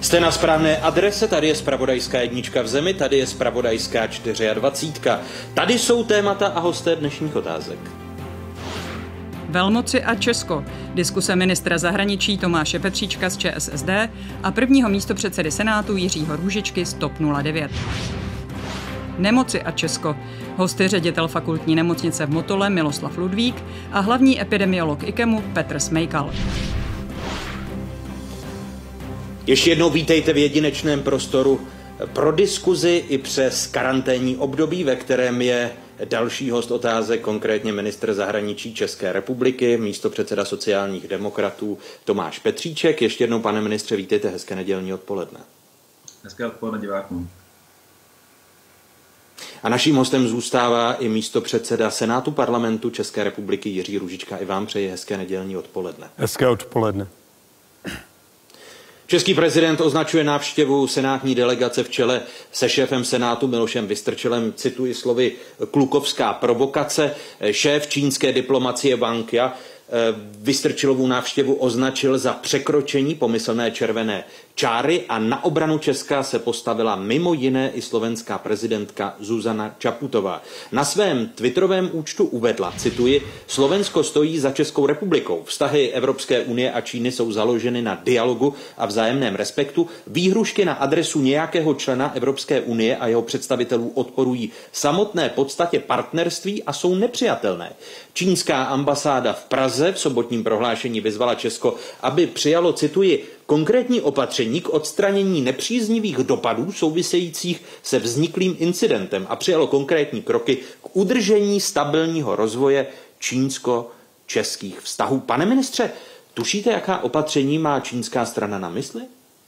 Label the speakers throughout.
Speaker 1: Jste na správné adrese, tady je zpravodajská jednička v zemi, tady je zpravodajská 24. Tady jsou témata a hosté dnešních otázek.
Speaker 2: Velmoci a Česko. Diskuse ministra zahraničí Tomáše Petříčka z ČSSD a prvního místopředsedy Senátu Jiřího Růžičky z TOP 09. Nemoci a Česko. Hosty ředitel fakultní nemocnice v Motole Miloslav Ludvík a hlavní epidemiolog IKEMu Petr Smejkal.
Speaker 1: Ještě jednou vítejte v jedinečném prostoru pro diskuzi i přes karanténní období, ve kterém je další host otázek, konkrétně ministr zahraničí České republiky, místopředseda sociálních demokratů Tomáš Petříček. Ještě jednou, pane ministře, vítejte, hezké nedělní odpoledne.
Speaker 3: Hezké odpoledne divákům.
Speaker 1: A naším hostem zůstává i místopředseda Senátu Parlamentu České republiky Jiří Růžička. I vám přeji hezké nedělní odpoledne.
Speaker 4: Hezké odpoledne.
Speaker 1: Český prezident označuje návštěvu senátní delegace v čele se šéfem Senátu Milošem Vystrčilem, cituji slovy, klukovská provokace. Šéf čínské diplomacie Wang Jia Vystrčilovu návštěvu označil za překročení pomyslné červené čáry a na obranu Česka se postavila mimo jiné i slovenská prezidentka Zuzana Čaputová. Na svém twitterovém účtu uvedla, cituji, Slovensko stojí za Českou republikou. Vztahy Evropské unie a Číny jsou založeny na dialogu a vzájemném respektu. Výhrušky na adresu nějakého člena Evropské unie a jeho představitelů odporují samotné podstatě partnerství a jsou nepřijatelné. Čínská ambasáda v Praze v sobotním prohlášení vyzvala Česko, aby přijalo, cituji, konkrétní opatření k odstranění nepříznivých dopadů souvisejících se vzniklým incidentem a přijalo konkrétní kroky k udržení stabilního rozvoje čínsko-českých vztahů. Pane ministře, tušíte, jaká opatření má čínská strana na mysli?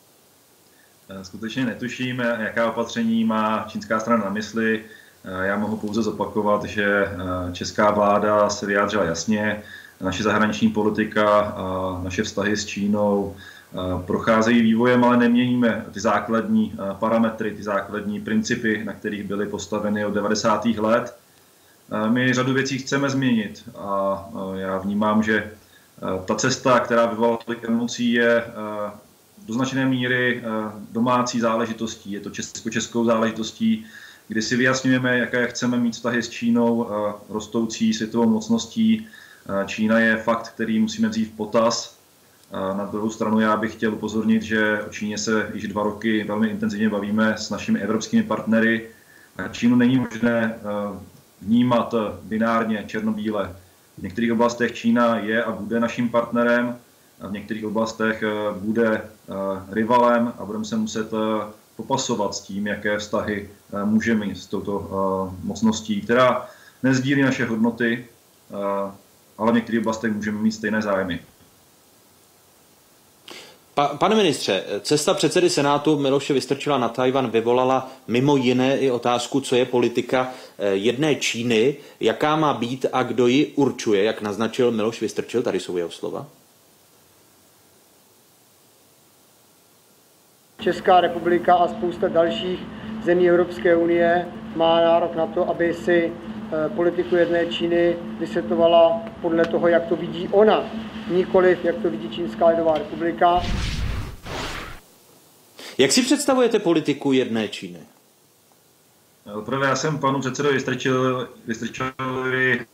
Speaker 3: Skutečně netuším, jaká opatření má čínská strana na mysli. Já mohu pouze zopakovat, že česká vláda se vyjádřila jasně. Naše zahraniční politika a naše vztahy s Čínou procházejí vývojem, ale neměníme ty základní parametry, ty základní principy, na kterých byly postaveny od 90. let. My řadu věcí chceme změnit a já vnímám, že ta cesta, která vyvolala tolik emocí, je do značné míry domácí záležitostí. Je to českou záležitostí, kdy si vyjasňujeme, jaké chceme mít vztahy s Čínou, rostoucí světovou mocností. Čína je fakt, který musíme vzít v potaz. Na druhou stranu já bych chtěl upozornit, že o Číně se již 2 roky velmi intenzivně bavíme s našimi evropskými partnery. Čínu není možné vnímat binárně, černobíle. V některých oblastech Čína je a bude naším partnerem, a v některých oblastech bude rivalem a budeme se muset popasovat s tím, jaké vztahy můžeme mít s touto mocností, která nesdílí naše hodnoty, ale v některých oblastech můžeme mít stejné zájmy.
Speaker 1: Pane ministře, cesta předsedy Senátu Miloše Vystrčila na Tchaj-wan vyvolala mimo jiné i otázku, co je politika jedné Číny, jaká má být a kdo ji určuje, jak naznačil Miloš Vystrčil, tady jsou jeho slova.
Speaker 5: Česká republika a spousta dalších zemí Evropské unie má nárok na to, aby si politiku jedné Číny vysvětlovala podle toho, jak to vidí ona, nikoliv jak to vidí Čínská lidová republika.
Speaker 1: Jak si představujete politiku jedné Číny?
Speaker 3: Prvé já jsem panu předsedovi Vystrčilovi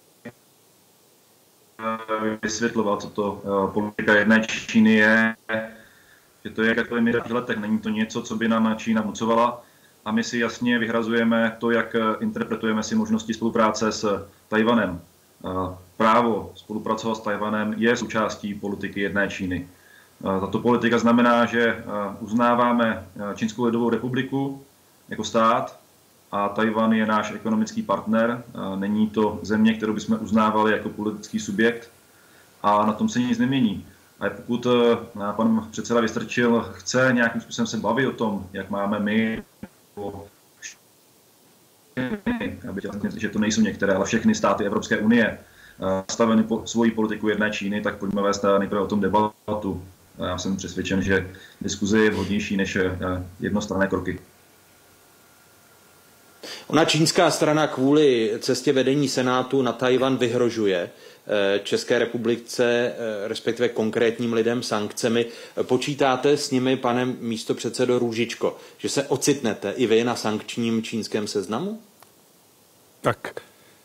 Speaker 3: vysvětloval, co to politika jedné Číny je, že to je jak v minulých letech, není to něco, co by nám Čína vnucovala a my si jasně vyhrazujeme to, jak interpretujeme si možnosti spolupráce s Tchaj-wanem. Právo spolupracovat s Tchaj-wanem je součástí politiky jedné Číny. Tato politika znamená, že uznáváme Čínskou lidovou republiku jako stát a Tchaj-wan je náš ekonomický partner. Není to země, kterou bychom uznávali jako politický subjekt a na tom se nic nemění. A pokud pan předseda Vystrčil chce nějakým způsobem se bavit o tom, jak máme my, že to nejsou některé, ale všechny státy Evropské unie nastaveny svoji politiku jedné Číny, tak pojďme vést nejprve o tom debatu. Já jsem přesvědčen, že diskuze je vhodnější než jednostranné kroky.
Speaker 1: Ona čínská strana kvůli cestě vedení Senátu na Tchaj-wan vyhrožuje České republice, respektive konkrétním lidem sankcemi. Počítáte s nimi, pane místopředsedo Růžičko, že se ocitnete i vy na sankčním čínském seznamu?
Speaker 4: Tak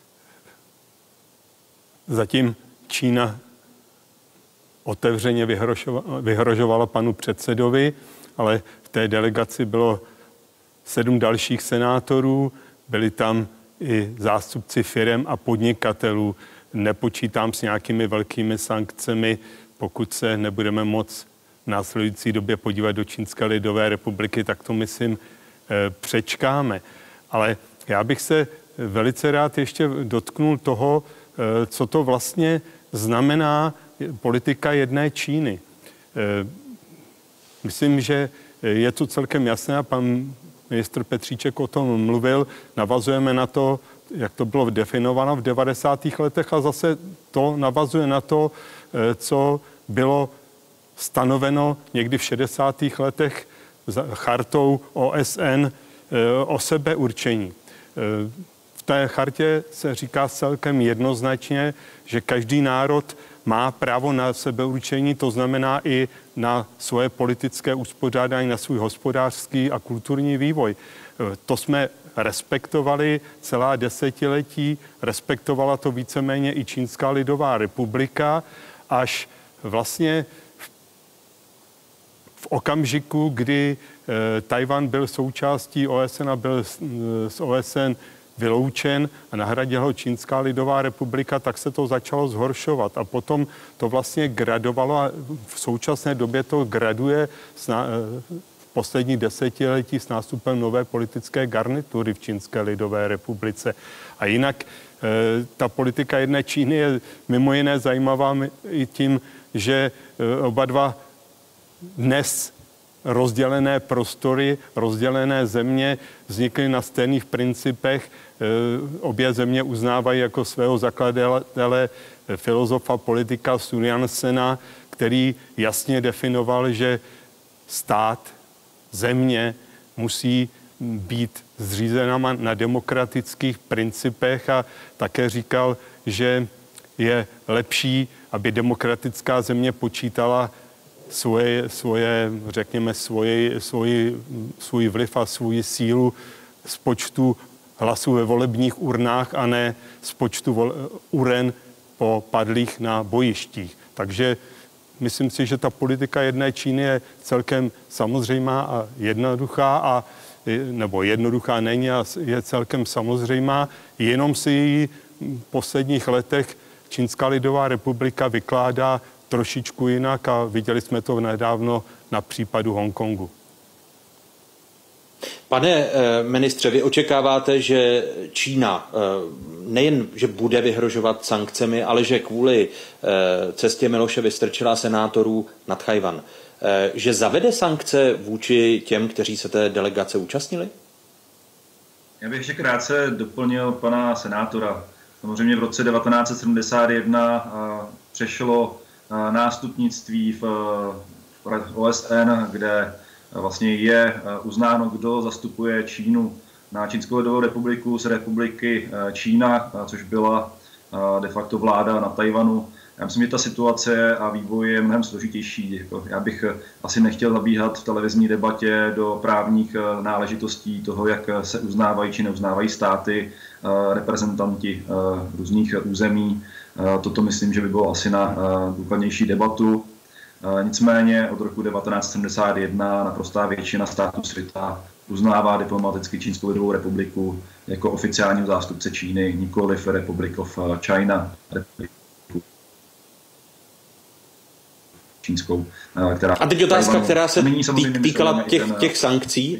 Speaker 4: zatím Čína otevřeně vyhrožovala panu předsedovi, ale v té delegaci bylo 7 dalších senátorů, byli tam i zástupci firem a podnikatelů. Nepočítám s nějakými velkými sankcemi, pokud se nebudeme moc v následující době podívat do Čínské lidové republiky, tak to myslím přečkáme. Ale já bych se velice rád ještě dotknul toho, co to vlastně znamená politika jedné Číny. Myslím, že je to celkem jasné a pan ministr Petříček o tom mluvil. Navazujeme na to, jak to bylo definováno v 90. letech a zase to navazuje na to, co bylo stanoveno někdy v 60. letech chartou OSN o sebeurčení. V té chartě se říká celkem jednoznačně, že každý národ má právo na sebeurčení, to znamená i na svoje politické uspořádání, na svůj hospodářský a kulturní vývoj. To jsme respektovali celá desetiletí, respektovala to víceméně i Čínská lidová republika, až vlastně v okamžiku, kdy Tchaj-wan byl součástí OSN a byl z OSN vyloučen a nahradila ho Čínská lidová republika, tak se to začalo zhoršovat. A potom to vlastně gradovalo a v současné době to graduje v poslední desetiletí s nástupem nové politické garnitury v Čínské lidové republice. A jinak ta politika jedné Číny je mimo jiné zajímavá i tím, že oba dva dnes rozdělené prostory, rozdělené země vznikly na stejných principech. Obě země uznávají jako svého zakladatele filozofa politika Sun Yat-sena, který jasně definoval, že stát, země musí být zřízena na demokratických principech a také říkal, že je lepší, aby demokratická země počítala svůj vliv a svou sílu z počtu hlasů ve volebních urnách a ne z počtu uren po padlých na bojištích. Takže myslím si, že ta politika jedné Číny je celkem samozřejmá a jednoduchá, nebo jednoduchá není a je celkem samozřejmá, jenom si ji v posledních letech Čínská lidová republika vykládá trošičku jinak a viděli jsme to nedávno na případu Hongkongu.
Speaker 1: Pane ministře, vy očekáváte, že Čína nejen, že bude vyhrožovat sankcemi, ale že kvůli cestě Miloše Vystrčila senátorů na Tchaj-wan, že zavede sankce vůči těm, kteří se té delegace účastnili?
Speaker 3: Já bych ještě krátce doplnil pana senátora. Samozřejmě v roce 1971 přešlo nástupnictví v OSN, kde vlastně je uznáno, kdo zastupuje Čínu. Na Čínskou lidovou republiku z republiky Čína, což byla de facto vláda na Tchaj-wanu. Já myslím, že ta situace a vývoj je mnohem složitější. Já bych asi nechtěl zabíhat v televizní debatě do právních náležitostí toho, jak se uznávají či neuznávají státy, reprezentanti různých území. Toto myslím, že by bylo asi na důkladnější debatu. Nicméně od roku 1971 naprostá většina států světa uznává diplomaticky Čínskou lidovou republiku jako oficiálního zástupce Číny, nikoliv Republic of China, čínskou, která...
Speaker 1: A teď otázka, která se týkala těch sankcí.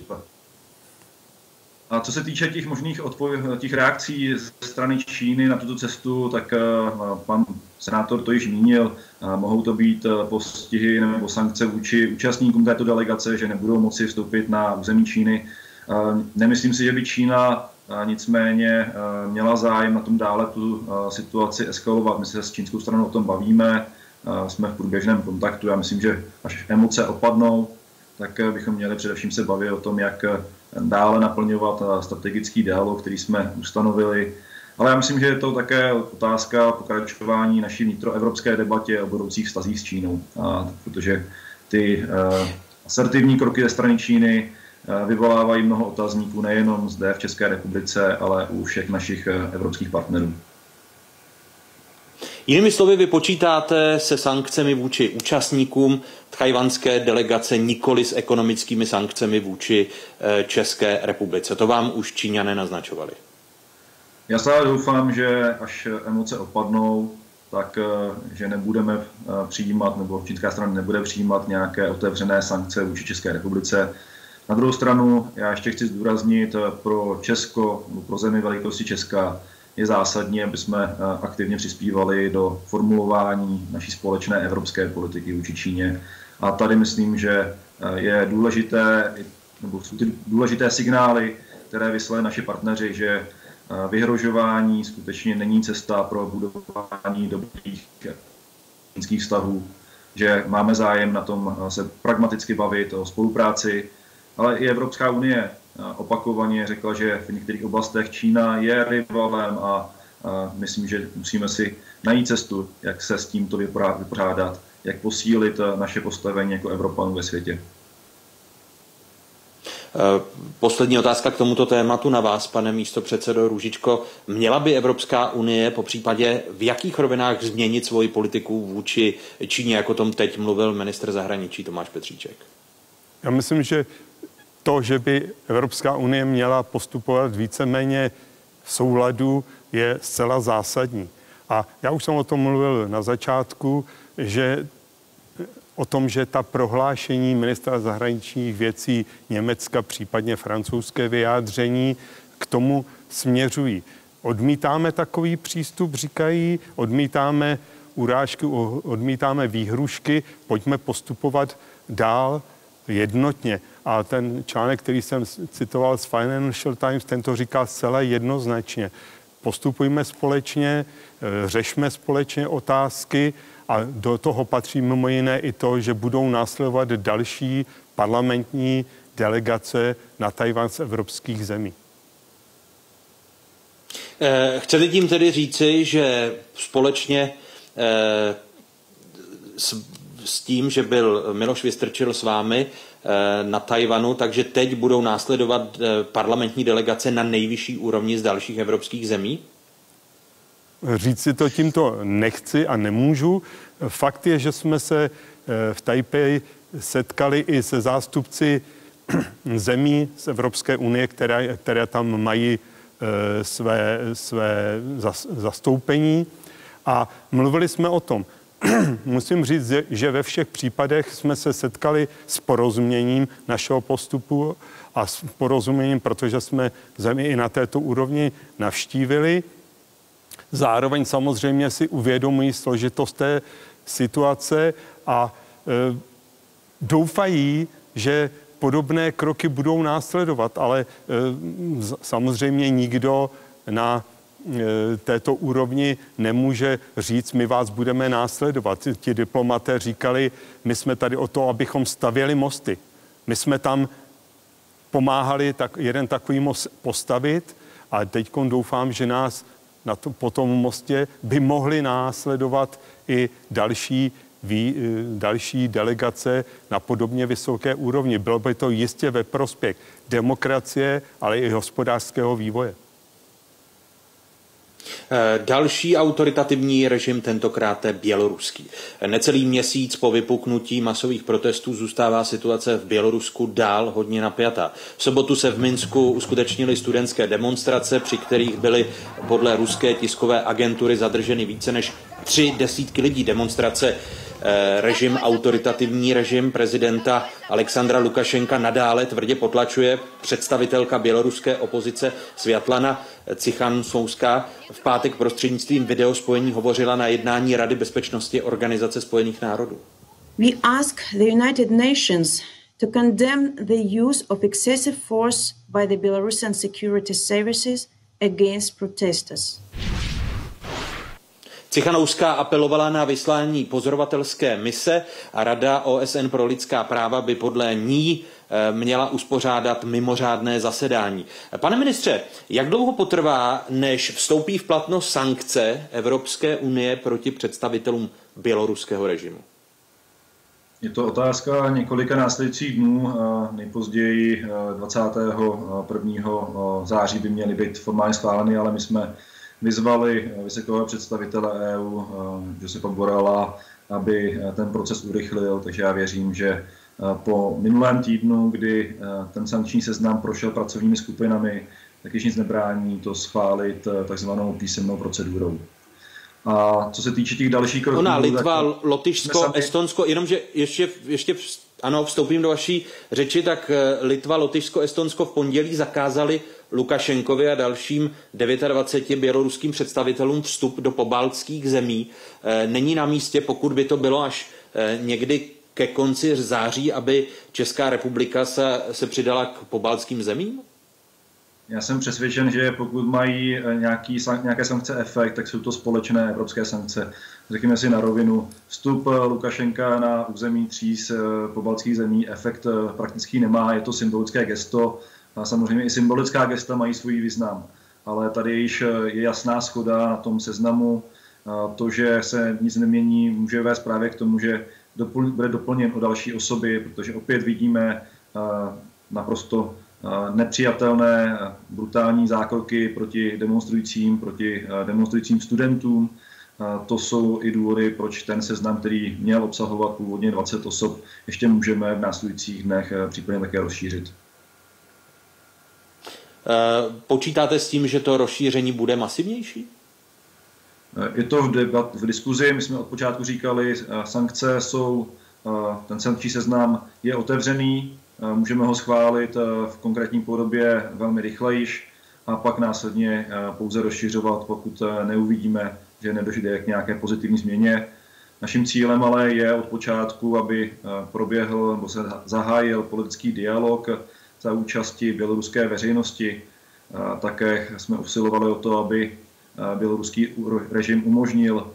Speaker 3: A co se týče těch možných těch reakcí ze strany Číny na tuto cestu, tak pan senátor to již zmínil. Mohou to být postihy nebo sankce vůči účastníkům této delegace, že nebudou moci vstoupit na území Číny. Nemyslím si, že by Čína nicméně měla zájem na tom dále tu situaci eskalovat. My se s čínskou stranou o tom bavíme, jsme v průběžném kontaktu. Já myslím, že až emoce opadnou, tak bychom měli především se bavit o tom, jak dále naplňovat strategický dialog, který jsme ustanovili. Ale já myslím, že je to také otázka pokračování naší vnitroevropské debatě o budoucích vztazích s Čínou, protože ty asertivní kroky ze strany Číny vyvolávají mnoho otazníků nejenom zde v České republice, ale u všech našich evropských partnerů.
Speaker 1: Jinými slovy, vy počítáte se sankcemi vůči účastníkům tchajwanské delegace, nikoli s ekonomickými sankcemi vůči České republice. To vám už Číňané naznačovali.
Speaker 3: Já stále doufám, že až emoce opadnou, tak že nebudeme přijímat, nebo čínská strana nebude přijímat nějaké otevřené sankce vůči České republice. Na druhou stranu, já ještě chci zdůraznit, pro Česko, pro zemi velikosti Česka je zásadní, aby jsme aktivně přispívali do formulování naší společné evropské politiky vůči Číně. A tady myslím, že je důležité, nebo jsou ty důležité signály, které vyslali naši partneři, že vyhrožování skutečně není cesta pro budování dobrých čínských vztahů, že máme zájem na tom se pragmaticky bavit o spolupráci, ale i Evropská unie opakovaně řekla, že v některých oblastech Čína je rivalem a myslím, že musíme si najít cestu, jak se s tímto vypořádat, jak posílit naše postavení jako Evropanů ve světě.
Speaker 1: Poslední otázka k tomuto tématu na vás, pane místopředsedo Růžičko. Měla by Evropská unie popřípadě v jakých rovinách změnit svoji politiku vůči Číně, jako tom teď mluvil ministr zahraničí Tomáš Petříček?
Speaker 4: Já myslím, že to, že by Evropská unie měla postupovat víceméně v souladu, je zcela zásadní. A já už jsem o tom mluvil na začátku, že o tom, že ta prohlášení ministra zahraničních věcí Německa, případně francouzské vyjádření, k tomu směřují. Odmítáme takový přístup, říkají, odmítáme urážky, odmítáme výhrušky, pojďme postupovat dál jednotně. A ten článek, který jsem citoval z Financial Times, ten to říká zcela jednoznačně. Postupujme společně, řešme společně otázky a do toho patří mimo jiné i to, že budou následovat další parlamentní delegace na Tchaj-wan z evropských zemí.
Speaker 1: Chcete tím tedy říci, že společně s tím, že byl Miloš Vystrčil s vámi na Tchaj-wanu, takže teď budou následovat parlamentní delegace na nejvyšší úrovni z dalších evropských zemí?
Speaker 4: Říct si to tímto nechci a nemůžu. Fakt je, že jsme se v Tajpeji setkali i se zástupci zemí z Evropské unie, které tam mají své zastoupení a mluvili jsme o tom. Musím říct, že ve všech případech jsme se setkali s porozuměním našeho postupu a s porozuměním, protože jsme zemi i na této úrovni navštívili. Zároveň samozřejmě si uvědomují složitost té situace a doufají, že podobné kroky budou následovat, ale samozřejmě nikdo na této úrovni nemůže říct, my vás budeme následovat. Ti diplomaté říkali, my jsme tady o to, abychom stavěli mosty. My jsme tam pomáhali jeden takový most postavit a teď doufám, že nás po tom mostě by mohly následovat i další delegace na podobně vysoké úrovni. Bylo by to jistě ve prospěch demokracie, ale i hospodářského vývoje.
Speaker 1: Další autoritativní režim, tentokrát běloruský. Necelý měsíc po vypuknutí masových protestů zůstává situace v Bělorusku dál hodně napjatá. V sobotu se v Minsku uskutečnily studentské demonstrace, při kterých byly podle ruské tiskové agentury zadrženy více než 30 lidí. Demonstrace autoritativní režim prezidenta Alexandra Lukašenka nadále tvrdě potlačuje. Představitelka běloruské opozice Světlana Cichanovská v pátek prostřednictvím videospojení hovořila na jednání Rady bezpečnosti Organizace spojených národů.
Speaker 6: We ask the United Nations to condemn the use of excessive force by the Belarusian security services against protesters.
Speaker 1: Cichanovská apelovala na vyslání pozorovatelské mise a Rada OSN pro lidská práva by podle ní měla uspořádat mimořádné zasedání. Pane ministře, jak dlouho potrvá, než vstoupí v platnost sankce Evropské unie proti představitelům běloruského režimu?
Speaker 3: Je to otázka několika následujících dnů. Nejpozději 21. září by měly být formálně schváleny, ale my jsme vyzvali vysokého představitele EU, Josepa Borrella, aby ten proces urychlil, takže já věřím, že po minulém týdnu, kdy ten sankční seznam prošel pracovními skupinami, tak již nic nebrání to schválit takzvanou písemnou procedurou. A co se týče těch dalších kroků...
Speaker 1: Litva, Lotyšsko, Estonsko, jenomže ještě ano, vstoupím do vaší řeči, tak Litva, Lotyšsko, Estonsko v pondělí zakázali Lukašenkovi a dalším 29 běloruským představitelům vstup do pobaltských zemí. Není na místě, pokud by to bylo až někdy ke konci září, aby Česká republika se přidala k pobaltským zemím?
Speaker 3: Já jsem přesvědčen, že pokud mají nějaké sankce efekt, tak jsou to společné evropské sankce. Řekněme si na rovinu, vstup Lukašenka na území 3 z pobaltských zemí efekt prakticky nemá, je to symbolické gesto. A samozřejmě i symbolická gesta mají svůj význam. Ale tady již je jasná shoda na tom seznamu. To, že se nic nemění, může vést právě k tomu, že bude doplněn o další osoby, protože opět vidíme naprosto nepřijatelné, brutální zákroky proti demonstrujícím studentům. To jsou i důvody, proč ten seznam, který měl obsahovat původně 20 osob, ještě můžeme v následujících dnech případně také rozšířit.
Speaker 1: Počítáte s tím, že to rozšíření bude masivnější?
Speaker 3: Je to v diskuzi. My jsme od počátku říkali, sankce jsou, ten sankční seznam je otevřený, můžeme ho schválit v konkrétní podobě velmi rychlejš a pak následně pouze rozšiřovat, pokud neuvidíme, že nedojde k nějaké pozitivní změně. Naším cílem ale je od počátku, aby proběhl nebo se zahájil politický dialog za účasti běloruské veřejnosti. Také jsme usilovali o to, aby běloruský režim umožnil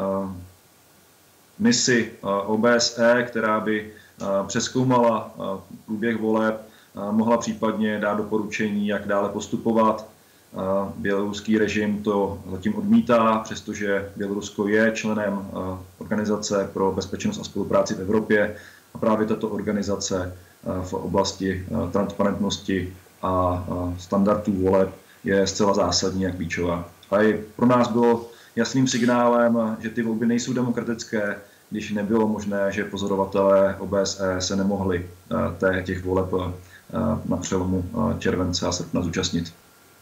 Speaker 3: misi OBSE, která by přezkoumala průběh voleb, mohla případně dát doporučení, jak dále postupovat. Běloruský režim to zatím odmítá, přestože Bělorusko je členem Organizace pro bezpečnost a spolupráci v Evropě a právě tato organizace v oblasti transparentnosti a standardů voleb je zcela zásadní a klíčová. A i pro nás bylo jasným signálem, že ty volby nejsou demokratické, když nebylo možné, že pozorovatelé OBSE se nemohli těch voleb na přelomu července a srpna zúčastnit.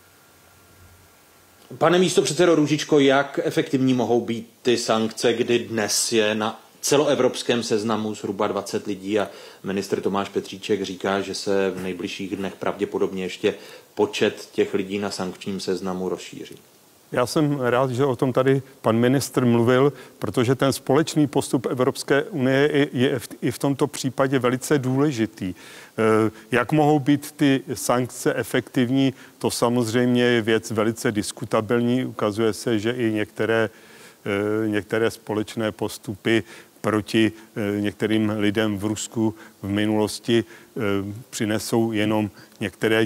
Speaker 1: Pane místopředsedo Růžičko, jak efektivní mohou být ty sankce, kdy dnes je na celoevropském seznamu zhruba 20 lidí a ministr Tomáš Petříček říká, že se v nejbližších dnech pravděpodobně ještě počet těch lidí na sankčním seznamu rozšíří?
Speaker 4: Já jsem rád, že o tom tady pan ministr mluvil, protože ten společný postup Evropské unie je i v tomto případě velice důležitý. Jak mohou být ty sankce efektivní, to samozřejmě je věc velice diskutabilní. Ukazuje se, že i některé společné postupy proti některým lidem v Rusku v minulosti přinesou jenom některé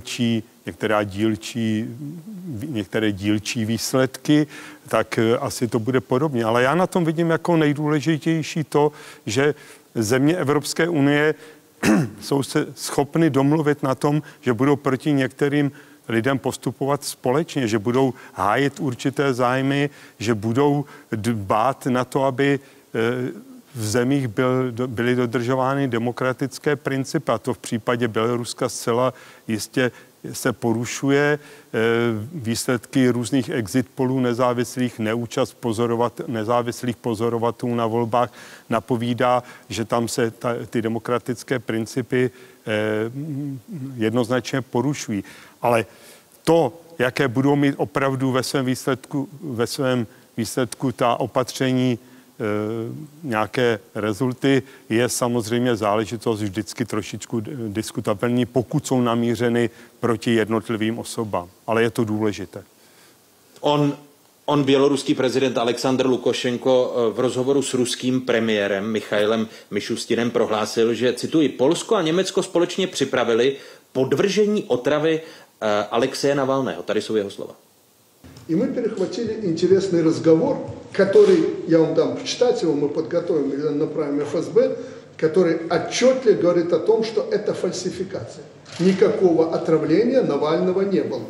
Speaker 4: dílčí výsledky, tak asi to bude podobně. Ale já na tom vidím jako nejdůležitější to, že země Evropské unie jsou se schopny domluvit na tom, že budou proti některým lidem postupovat společně, že budou hájit určité zájmy, že budou dbát na to, aby v zemích byly dodržovány demokratické principy. A to v případě Běloruska zcela jistě se porušuje. Výsledky různých exit polů nezávislých, neúčast nezávislých pozorovatelů na volbách napovídá, že tam se ty demokratické principy jednoznačně porušují. Ale to, jaké budou mít opravdu ve svém výsledku ta opatření nějaké rezulty, je samozřejmě záležitost vždycky trošičku diskutabilní, pokud jsou namířeny proti jednotlivým osobám. Ale je to důležité.
Speaker 1: On On, běloruský prezident Alexandr Lukašenko, v rozhovoru s ruským premiérem Michailem Mišustinem prohlásil, že, cituji, Polsko a Německo společně připravili podvržení otravy Alexeje Navalného. Tady jsou jeho slova.
Speaker 7: И мы перехватили интересный разговор, который, я вам дам почитать, его мы подготовим и направим ФСБ, который отчетливо говорит о том, что это фальсификация. Никакого отравления Навального не было.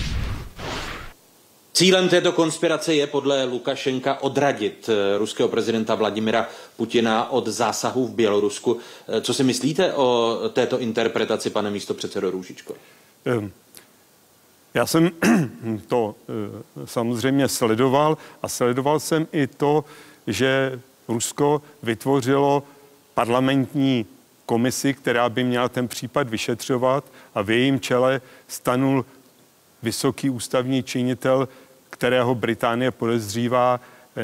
Speaker 1: Cílem této konspirace je podle Lukašenka odradit ruského prezidenta Vladimira Putina od zásahu v Bělorusku. Co si myslíte o této interpretaci, pane místopředsedo Růžičko?
Speaker 4: Já jsem to samozřejmě sledoval a sledoval jsem i to, že Rusko vytvořilo parlamentní komisi, která by měla ten případ vyšetřovat, a v jejím čele stanul vysoký ústavní činitel, kterého Británie podezřívá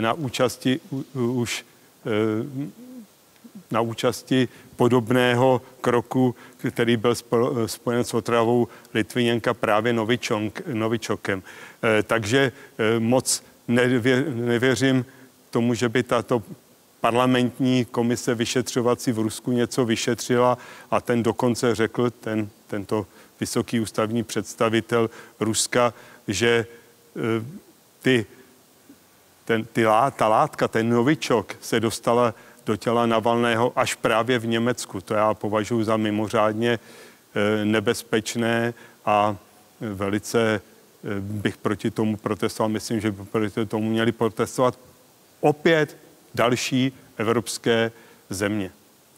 Speaker 4: na účasti podobného kroku, který byl spojen s otravou Litviněnka právě Novičokem. Takže moc nevěřím tomu, že by tato parlamentní komise vyšetřovací v Rusku něco vyšetřila, a ten dokonce řekl, tento vysoký ústavní představitel Ruska, že ta látka, ten novičok se dostala do těla Navalného až právě v Německu. To já považuji za mimořádně nebezpečné a velice bych proti tomu protestoval. Myslím, že by proti tomu měli protestovat opět další evropské země.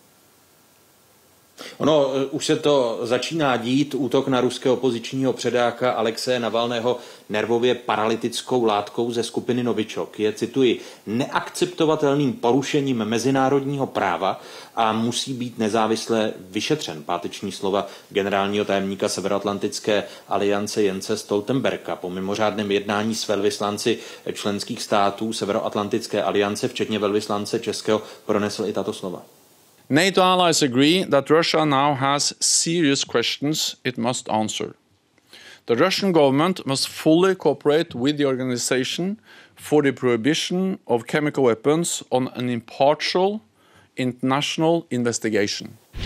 Speaker 1: Ono už se to začíná dít. Útok na ruského opozičního předáka Alexeje Navalného nervově paralytickou látkou ze skupiny Novičok je, cituji, neakceptovatelným porušením mezinárodního práva a musí být nezávisle vyšetřen. Páteční slova generálního tajemníka Severoatlantické aliance Jense Stoltenberga po mimořádném jednání s velvyslanci členských států Severoatlantické aliance, včetně velvyslance českého, pronesl i tato slova.
Speaker 8: NATO allies agree that Russia now has serious questions it must answer. The Russian government must fully cooperate with the Organization for the Prohibition of Chemical Weapons on an impartial international investigation.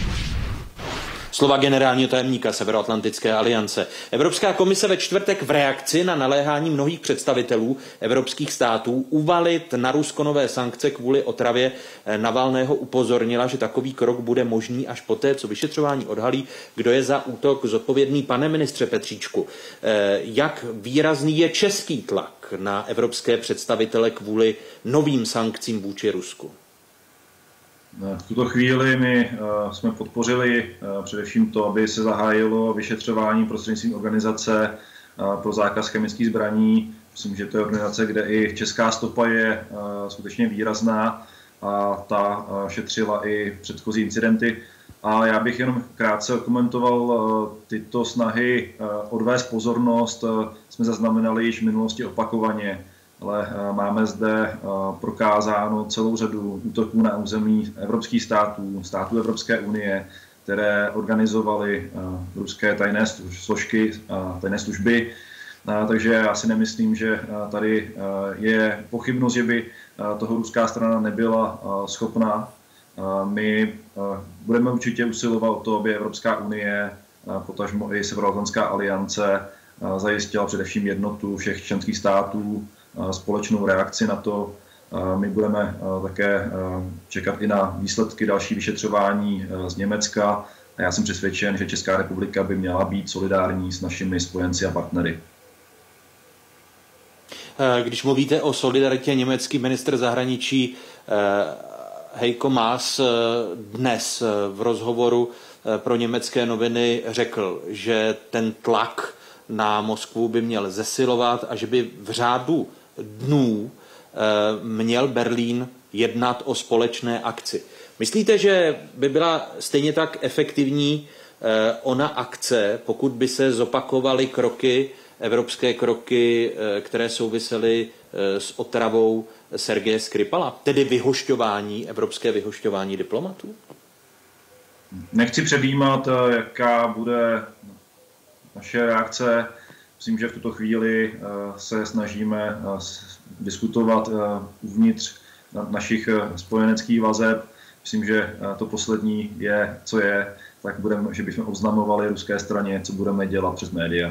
Speaker 1: Slova generálního tajemníka Severoatlantické aliance. Evropská komise ve čtvrtek v reakci na naléhání mnohých představitelů evropských států uvalit na Rusko nové sankce kvůli otravě Navalného upozornila, že takový krok bude možný až poté, co vyšetřování odhalí, kdo je za útok zodpovědný. Pane ministře Petříčku, jak výrazný je český tlak na evropské představitele kvůli novým sankcím vůči Rusku?
Speaker 3: V tuto chvíli my jsme podpořili především to, aby se zahájilo vyšetřování prostřednictvím organizace pro zákaz chemických zbraní. Myslím, že to je organizace, kde i česká stopa je skutečně výrazná a ta šetřila i předchozí incidenty. A já bych jenom krátce komentoval tyto snahy odvést pozornost. Jsme zaznamenali již v minulosti opakovaně, ale máme zde prokázáno celou řadu útoků na území evropských států, států Evropské unie, které organizovaly ruské tajné složky, tajné služby. Takže já si nemyslím, že tady je pochybnost, že by toho ruská strana nebyla schopna. My budeme určitě usilovat o to, aby Evropská unie, potažmo i Severoatlantická aliance, zajistila především jednotu všech členských států, společnou reakci na to. My budeme také čekat i na výsledky další vyšetřování z Německa a já jsem přesvědčen, že Česká republika by měla být solidární s našimi spojenci a partnery.
Speaker 1: Když mluvíte o solidaritě, německý ministr zahraničí Heiko Maas dnes v rozhovoru pro německé noviny řekl, že ten tlak na Moskvu by měl zesilovat a že by v řádu dnů měl Berlín jednat o společné akci. Myslíte, že by byla stejně tak efektivní ona akce, pokud by se zopakovaly evropské kroky, které souvisely s otravou Sergeje Skripala, tedy evropské vyhošťování diplomatů?
Speaker 3: Nechci předjímat, jaká bude naše reakce. Myslím, že v tuto chvíli se snažíme diskutovat uvnitř našich spojeneckých vazeb. Myslím, že to poslední je, co je, tak že bychom oznamovali ruské straně, co budeme dělat přes média.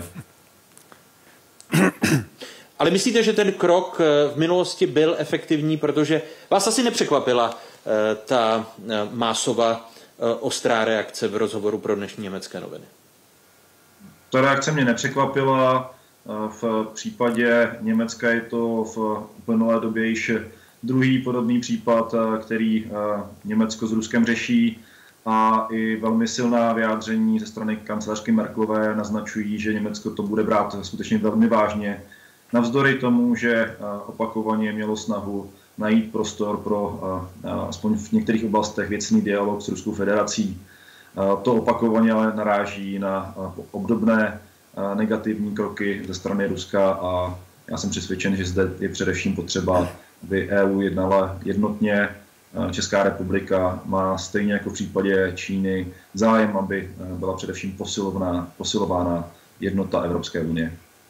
Speaker 1: Ale myslíte, že ten krok v minulosti byl efektivní, protože vás asi nepřekvapila ta Maasova ostrá reakce v rozhovoru pro dnešní německé noviny?
Speaker 3: Ta reakce mě nepřekvapila. V případě Německa je to v uplynulé době již druhý podobný případ, který Německo s Ruskem řeší, a i velmi silná vyjádření ze strany kancléřky Merkelové naznačují, že Německo to bude brát skutečně velmi vážně. Navzdory tomu, že opakovaně mělo snahu najít prostor pro aspoň v některých oblastech věcný dialog s Ruskou federací, to opakovaně ale naráží na obdobné negativní kroky ze strany Ruska a já jsem přesvědčen, že zde je především potřeba, aby EU jednala jednotně. Česká republika má stejně jako v případě Číny zájem, aby byla především posilována jednota Evropské unie.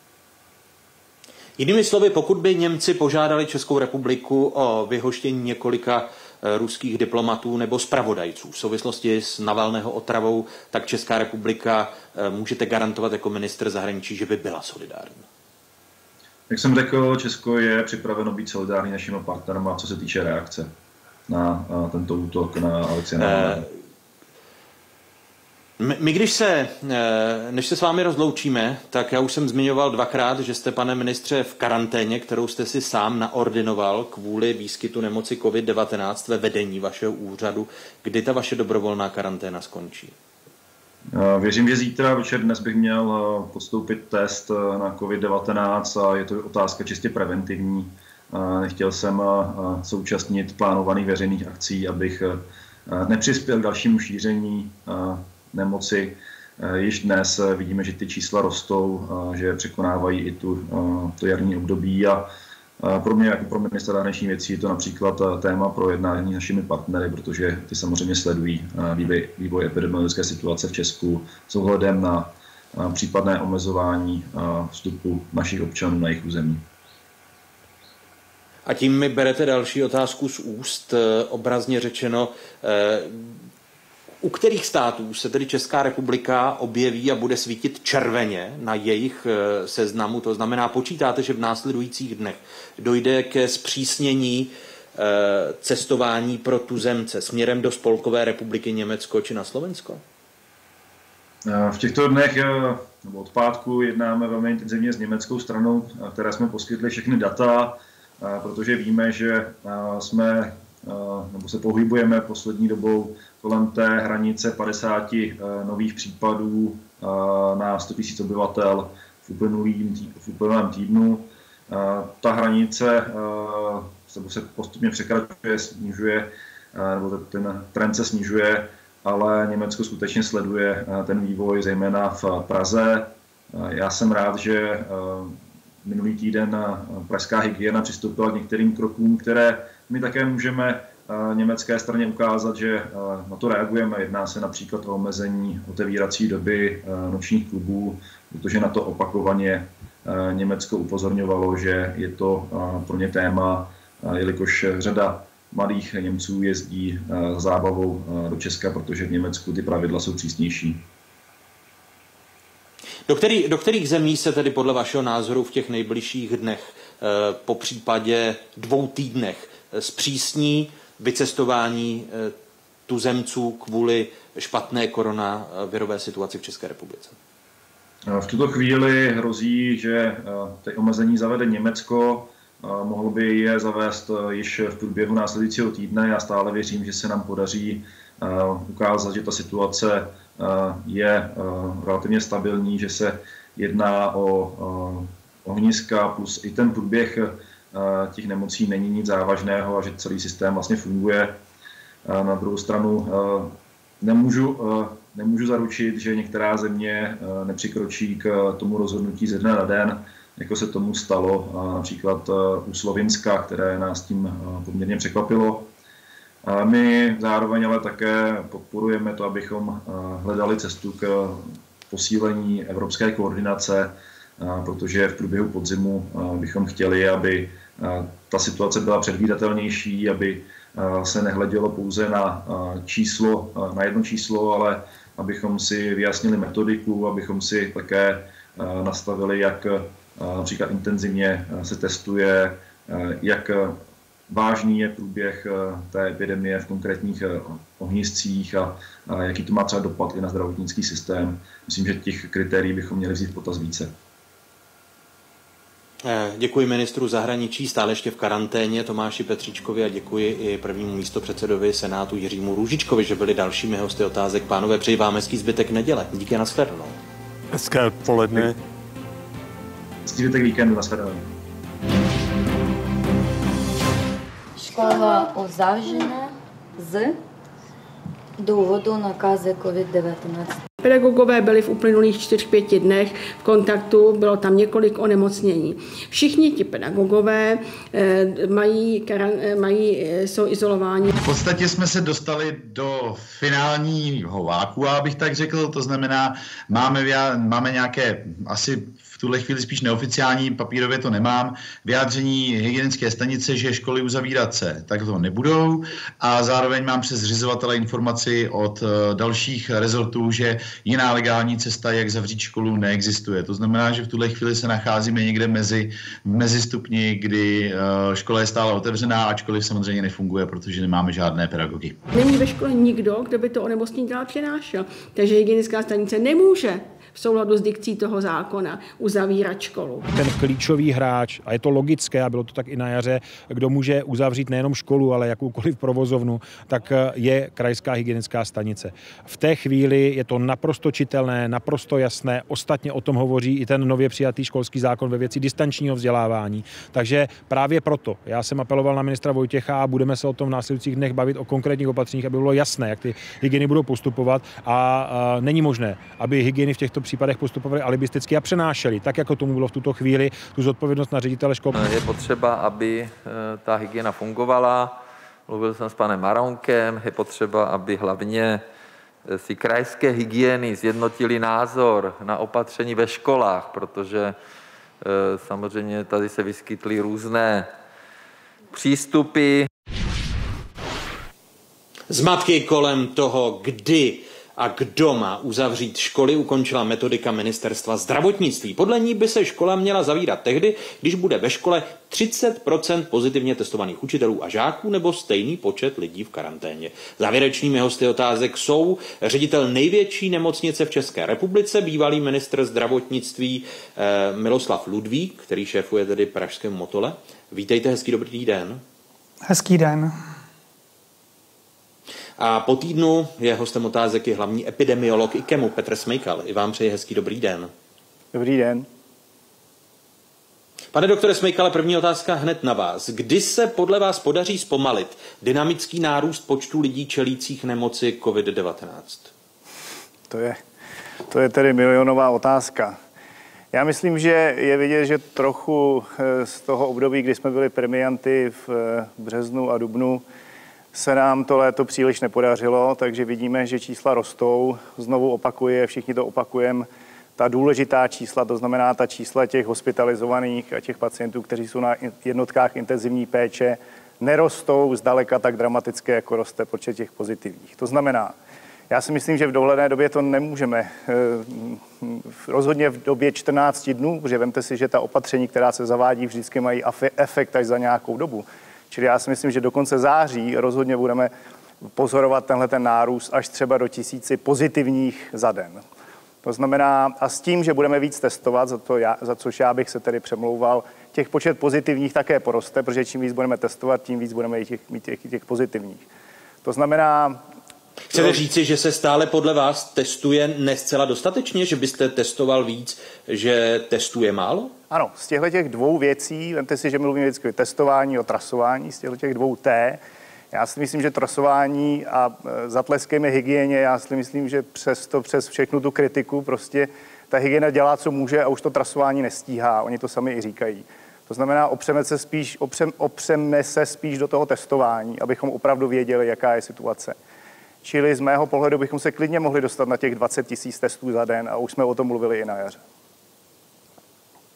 Speaker 1: Jinými slovy, pokud by Němci požádali Českou republiku o vyhoštění několika ruských diplomatů nebo zpravodajců v souvislosti s Navalného otravou, tak Česká republika můžete garantovat jako ministr zahraničí, že by byla solidární?
Speaker 3: Jak jsem řekl, Česko je připraveno být solidární našimi partnery, co se týče reakce na tento útok na Alexeje Navalného.
Speaker 1: Než se s vámi rozloučíme, tak já už jsem zmiňoval dvakrát, že jste, pane ministře, v karanténě, kterou jste si sám naordinoval kvůli výskytu nemoci COVID-19 ve vedení vašeho úřadu. Kdy ta vaše dobrovolná karanténa skončí?
Speaker 3: Věřím, že zítra večer dnes bych měl podstoupit test na COVID-19 a je to otázka čistě preventivní. Nechtěl jsem současnit plánovaných veřejných akcí, abych nepřispěl k dalšímu šíření nemoci. Již dnes vidíme, že ty čísla rostou, že překonávají i to jarní období a pro mě jako pro ministra zahraničních věcí je to například téma pro jednání s našimi partnery, protože ty samozřejmě sledují vývoj epidemiologické situace v Česku s ohledem na případné omezování vstupu našich občanů na jejich území.
Speaker 1: A tím mi berete další otázku z úst, obrazně řečeno. U kterých států se tedy Česká republika objeví a bude svítit červeně na jejich seznamu? To znamená, počítáte, že v následujících dnech dojde ke zpřísnění cestování pro tuzemce směrem do Spolkové republiky Německo či na Slovensko?
Speaker 3: V těchto dnech nebo od pátku jednáme velmi intenzivně s německou stranou, které jsme poskytli všechny data, protože víme, že se pohybujeme poslední dobou kolem té hranice 50 nových případů na 100 000 obyvatel v uplynulém týdnu. Ta hranice se postupně překračuje, snižuje, nebo ten trend se snižuje, ale Německo skutečně sleduje ten vývoj, zejména v Praze. Já jsem rád, že minulý týden pražská hygiena přistoupila k některým krokům, které my také můžeme německé straně ukázat, že na to reagujeme. Jedná se například o omezení otevírací doby nočních klubů, protože na to opakovaně Německo upozorňovalo, že je to pro ně téma, jelikož řada mladých Němců jezdí za zábavou do Česka, protože v Německu ty pravidla jsou přísnější.
Speaker 1: Do kterých zemí se tedy podle vašeho názoru v těch nejbližších dnech, po případě 2 týdnech, zpřísní vycestování tuzemců kvůli špatné koronavirové situaci v České republice?
Speaker 3: V tuto chvíli hrozí, že ty omezení zavede Německo, mohlo by je zavést již v průběhu následujícího týdne. Já stále věřím, že se nám podaří ukázat, že ta situace je relativně stabilní, že se jedná o ohniska plus i ten průběh těch nemocí není nic závažného a že celý systém vlastně funguje. Na druhou stranu nemůžu zaručit, že některá země nepřikročí k tomu rozhodnutí ze dne na den, jako se tomu stalo například u Slovinska, které nás tím poměrně překvapilo. My zároveň ale také podporujeme to, abychom hledali cestu k posílení evropské koordinace protože v průběhu podzimu bychom chtěli, aby ta situace byla předvídatelnější, aby se nehledělo pouze na jedno číslo, ale abychom si vyjasnili metodiku, abychom si také nastavili, jak například intenzivně se testuje, jak vážný je průběh té epidemie v konkrétních ohniscích a jaký to má třeba dopad i na zdravotnický systém. Myslím, že těch kritérií bychom měli vzít v potaz více.
Speaker 1: Děkuji ministru zahraničí, stále ještě v karanténě Tomáši Petříčkovi, a děkuji i prvnímu místopředsedovi Senátu Jiřímu Růžičkovi, že byli dalšími hosty otázek. Pánové, přeji vám hezký zbytek neděle. Díky, nashledanou.
Speaker 4: Hezké odpoledne.
Speaker 3: Hezký zbytek víkendu, nashledanou.
Speaker 9: Škola uzavřena z důvodu nákazy COVID-19.
Speaker 10: Pedagogové byli v uplynulých 4-5 dnech v kontaktu, bylo tam několik onemocnění. Všichni ti pedagogové jsou izolováni.
Speaker 11: V podstatě jsme se dostali do finálního vákua, abych tak řekl, to znamená, máme nějaké asi v tuhle chvíli spíš neoficiální, papírově to nemám, vyjádření hygienické stanice, že školy uzavírat se tak to nebudou, a zároveň mám přes zřizovatele informaci od dalších rezortů, že jiná legální cesta, jak zavřít školu, neexistuje. To znamená, že v tuhle chvíli se nacházíme někde mezi stupni, kdy škola je stále otevřená, ačkoliv samozřejmě nefunguje, protože nemáme žádné pedagogy.
Speaker 10: Není ve škole nikdo, kdo by to onemocnění dál přenášel, takže hygienická stanice nemůže v souladu s dikcí toho zákona uzavírat školu.
Speaker 12: Ten klíčový hráč, a je to logické, a bylo to tak i na jaře, kdo může uzavřít nejenom školu, ale jakoukoliv provozovnu, tak je krajská hygienická stanice. V té chvíli je to naprosto čitelné, naprosto jasné. Ostatně o tom hovoří i ten nově přijatý školský zákon ve věci distančního vzdělávání. Takže právě proto já jsem apeloval na ministra Vojtěcha a budeme se o tom v následujících dnech bavit o konkrétních opatřeních, aby bylo jasné, jak ty hygieny budou postupovat, a není možné, aby hygieny v těchto případech postupovali alibisticky a přenášeli, tak jako tomu bylo v tuto chvíli, tu zodpovědnost na ředitele škol.
Speaker 13: Je potřeba, aby ta hygiena fungovala. Mluvil jsem s panem Marounkem, je potřeba, aby hlavně si krajské hygieny zjednotili názor na opatření ve školách, protože samozřejmě tady se vyskytly různé přístupy.
Speaker 1: Zmatky kolem toho, kdy a kdo má uzavřít školy, ukončila metodika ministerstva zdravotnictví. Podle ní by se škola měla zavírat tehdy, když bude ve škole 30% pozitivně testovaných učitelů a žáků nebo stejný počet lidí v karanténě. Závěrečnými hosty otázek jsou ředitel největší nemocnice v České republice, bývalý ministr zdravotnictví Miloslav Ludvík, který šéfuje tedy pražskému Motole. Vítejte, hezký dobrý den.
Speaker 14: Hezký den.
Speaker 1: A po týdnu je hostem otázek i hlavní epidemiolog IKEMu Petr Smejkal. I vám přeji hezký dobrý den.
Speaker 14: Dobrý den.
Speaker 1: Pane doktore Smejkale, první otázka hned na vás. Kdy se podle vás podaří zpomalit dynamický nárůst počtu lidí čelících nemoci COVID-19?
Speaker 14: To je tedy milionová otázka. Já myslím, že je vidět, že trochu z toho období, kdy jsme byli premianty v březnu a dubnu, se nám to léto příliš nepodařilo, takže vidíme, že čísla rostou. Znovu opakuje, všichni to opakujeme, ta důležitá čísla, to znamená ta čísla těch hospitalizovaných a těch pacientů, kteří jsou na jednotkách intenzivní péče, nerostou zdaleka tak dramaticky, jako roste počet těch pozitivních. To znamená, já si myslím, že v dohledné době to nemůžeme, rozhodně v době 14 dnů, protože vemte si, že ta opatření, která se zavádí, vždycky mají efekt až za nějakou dobu. Čili já si myslím, že do konce září rozhodně budeme pozorovat tenhle ten nárůst až třeba do 1000 pozitivních za den. To znamená, a s tím, že budeme víc testovat, za což já bych se tedy přemlouval, těch počet pozitivních také poroste, protože čím víc budeme testovat, tím víc budeme mít těch pozitivních. To znamená...
Speaker 1: Chcete říci, že se stále podle vás testuje ne zcela dostatečně, že byste testoval víc, že testuje málo?
Speaker 14: Ano, z těchto dvou věcí, vemte si, že mluvíme vždycky o testování, o trasování, z těchto dvou T, já si myslím, že trasování a zatleskejme hygieně, já si myslím, že přes všechnu tu kritiku prostě ta hygiena dělá, co může a už to trasování nestíhá, oni to sami i říkají. To znamená, opřeme se spíš do toho testování, abychom opravdu věděli, jaká je situace. Čili z mého pohledu bychom se klidně mohli dostat na těch 20 000 testů za den a už jsme o tom mluvili i na jaře.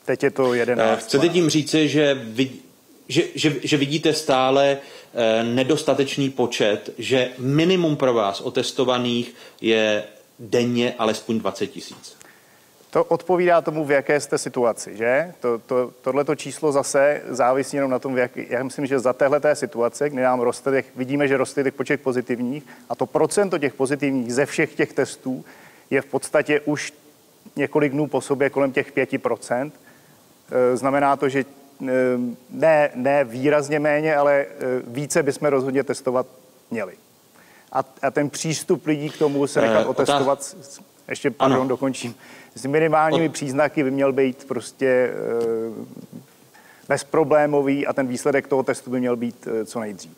Speaker 14: Teď je to 11.
Speaker 1: Chcete tím říci, že vidíte stále nedostatečný počet, že minimum pro vás otestovaných je denně alespoň 20 000?
Speaker 14: To odpovídá tomu, v jaké jste situaci, že? Tohleto číslo zase závisí jenom na tom, já myslím, že za téhleté situace, kdy nám roste, vidíme, že roste těch počet pozitivních a to procento těch pozitivních ze všech těch testů je v podstatě už několik dnů po sobě kolem těch 5%. Znamená to, že ne výrazně méně, ale více bychom rozhodně testovat měli. A ten přístup lidí k tomu se nechat otestovat, ještě dokončím, s minimálními příznaky by měl být prostě bezproblémový a ten výsledek toho testu by měl být co nejdřív.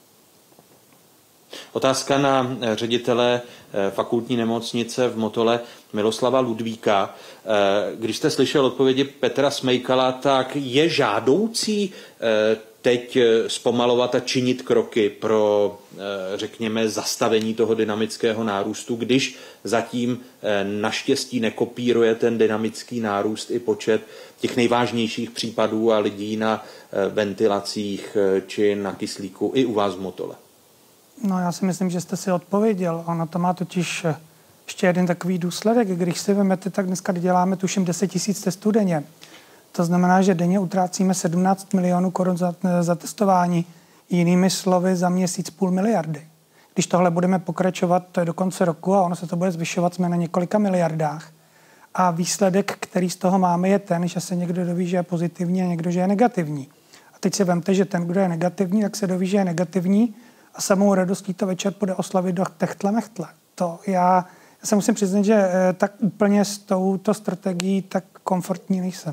Speaker 1: Otázka na ředitele fakultní nemocnice v Motole Miloslava Ludvíka. Když jste slyšel odpovědi Petra Smejkala, tak je žádoucí teď zpomalovat a činit kroky pro, řekněme, zastavení toho dynamického nárůstu, když zatím naštěstí nekopíruje ten dynamický nárůst i počet těch nejvážnějších případů a lidí na ventilacích či na kyslíku i u vás v Motole?
Speaker 15: No, já si myslím, že jste si odpověděl. Ono to má totiž ještě jeden takový důsledek. Když si vezmete, tak dneska děláme tuším 10 000 testů denně. To znamená, že denně utrácíme 17 milionů korun za testování. Jinými slovy za měsíc 0,5 miliardy. Když tohle budeme pokračovat do konce roku a ono se to bude zvyšovat, jsme na několika miliardách. A výsledek, který z toho máme, je ten, že se někdo doví, že je pozitivní a někdo, že je negativní. A teď si vemte, že ten, kdo je negativní, tak se doví, že je negativní a samou radostí to večer půjde oslavit do techtle-mechtle. To já se musím přiznat, že tak úplně s touto strategií tak komfortní nejsem.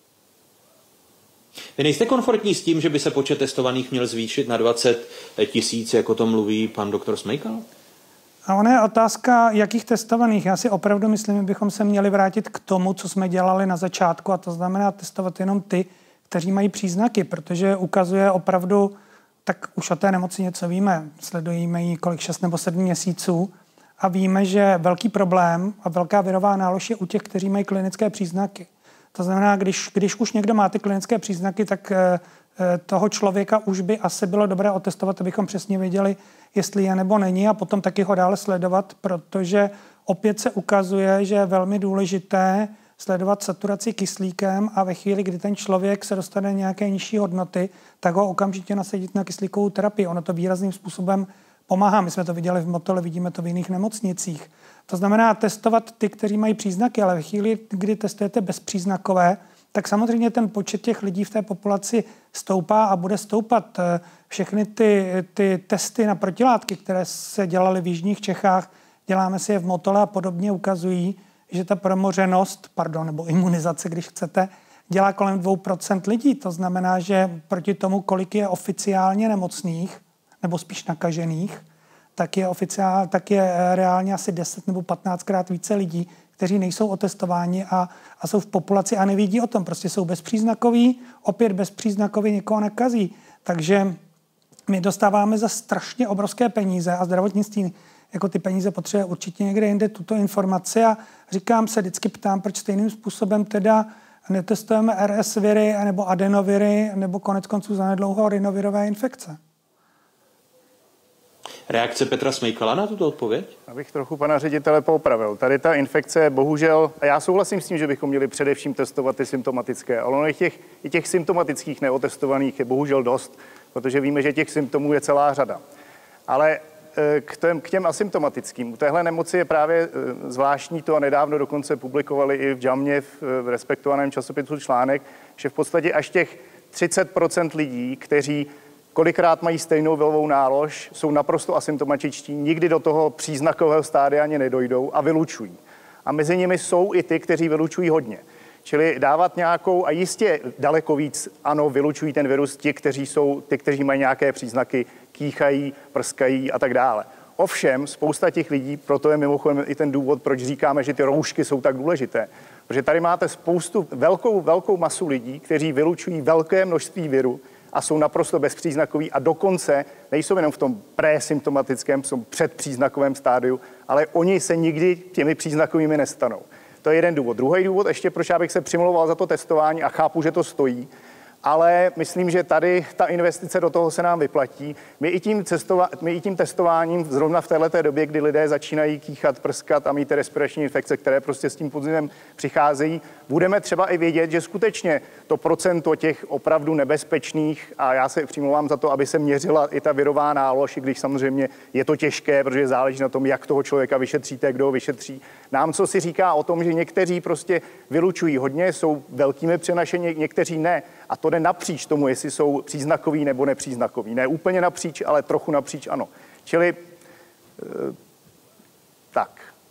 Speaker 1: Vy nejste komfortní s tím, že by se počet testovaných měl zvýšit na 20 000, jako to mluví pan doktor Smejkal?
Speaker 15: A ona je otázka, jakých testovaných. Já si opravdu myslím, že bychom se měli vrátit k tomu, co jsme dělali na začátku, a to znamená testovat jenom ty, kteří mají příznaky, protože ukazuje opravdu, tak už o té nemoci něco víme. Sledujeme ji 6 nebo 7 měsíců a víme, že velký problém a velká virová nálož je u těch, kteří mají klinické příznaky. To znamená, když už někdo má ty klinické příznaky, tak toho člověka už by asi bylo dobré otestovat, abychom přesně věděli, jestli je nebo není a potom taky ho dále sledovat, protože opět se ukazuje, že je velmi důležité sledovat saturaci kyslíkem a ve chvíli, kdy ten člověk se dostane nějaké nižší hodnoty, tak ho okamžitě nasadit na kyslíkovou terapii. Ono to výrazným způsobem pomáhá. My jsme to viděli v Motole, vidíme to v jiných nemocnicích. To znamená testovat ty, kteří mají příznaky, ale ve chvíli, kdy testujete bezpříznakové, tak samozřejmě ten počet těch lidí v té populaci stoupá a bude stoupat. Všechny ty testy na protilátky, které se dělaly v jižních Čechách, děláme si je v Motole a podobně, ukazují, že ta promořenost, nebo imunizace, když chcete, dělá kolem 2% lidí. To znamená, že proti tomu, kolik je oficiálně nemocných, nebo spíš nakažených, tak je reálně asi 10 nebo 15krát více lidí, kteří nejsou otestováni a jsou v populaci a nevědí o tom. Prostě jsou bezpříznakoví, opět bezpříznakoví někoho nakazí. Takže my dostáváme za strašně obrovské peníze a zdravotnictví jako ty peníze potřebuje určitě někde jinde tuto informaci a vždycky ptám, proč stejným způsobem teda netestujeme RS viry nebo adenoviry nebo konec konců zanedlouho rinovirové infekce.
Speaker 1: Reakce Petra Smejkala na tuto odpověď?
Speaker 14: Abych trochu pana ředitele popravil. Tady ta infekce bohužel, a já souhlasím s tím, že bychom měli především testovat ty symptomatické, ale ono i těch symptomatických neotestovaných je bohužel dost, protože víme, že těch symptomů je celá řada. Ale k těm asymptomatickým. U téhle nemoci je právě zvláštní to a nedávno dokonce publikovali i v JAMě, v respektovaném časopisu článek, že v podstatě až těch 30% lidí, kteří kolikrát mají stejnou virovou nálož, jsou naprosto asymptomatičtí, nikdy do toho příznakového stádia ani nedojdou a vylučují. A mezi nimi jsou i ty, kteří vylučují hodně. Čili dávat nějakou, a jistě daleko víc, ano, vylučují ten virus ti, kteří mají nějaké příznaky, kýchají, prskají a tak dále. Ovšem, spousta těch lidí, proto je mimochodem i ten důvod, proč říkáme, že ty roušky jsou tak důležité. Protože tady máte velkou masu lidí, kteří vylučují velké množství viru a jsou naprosto bezpříznakoví a dokonce nejsou jenom v tom presymptomatickém, v tom předpříznakovém stádiu, ale oni se nikdy těmi příznakovými nestanou. To je jeden důvod. Druhý důvod, ještě proč já bych se přimlouval za to testování a chápu, že to stojí, ale myslím, že tady ta investice do toho se nám vyplatí. My i tím testováním, zrovna v této době, kdy lidé začínají kýchat, prskat a mít ty respirační infekce, které prostě s tím podzimem přicházejí, budeme třeba i vědět, že skutečně to procento těch opravdu nebezpečných, a já se přimlouvám za to, aby se měřila i ta virová nálož, i když samozřejmě je to těžké, protože záleží na tom, jak toho člověka vyšetříte, kdo ho vyšetří. Nám co si říká o tom, že někteří prostě vylučují hodně, jsou velkými přenašení, někteří ne. A to jde napříč tomu, jestli jsou příznakoví nebo nepříznakoví. Ne úplně napříč, ale trochu napříč ano. Čili tak.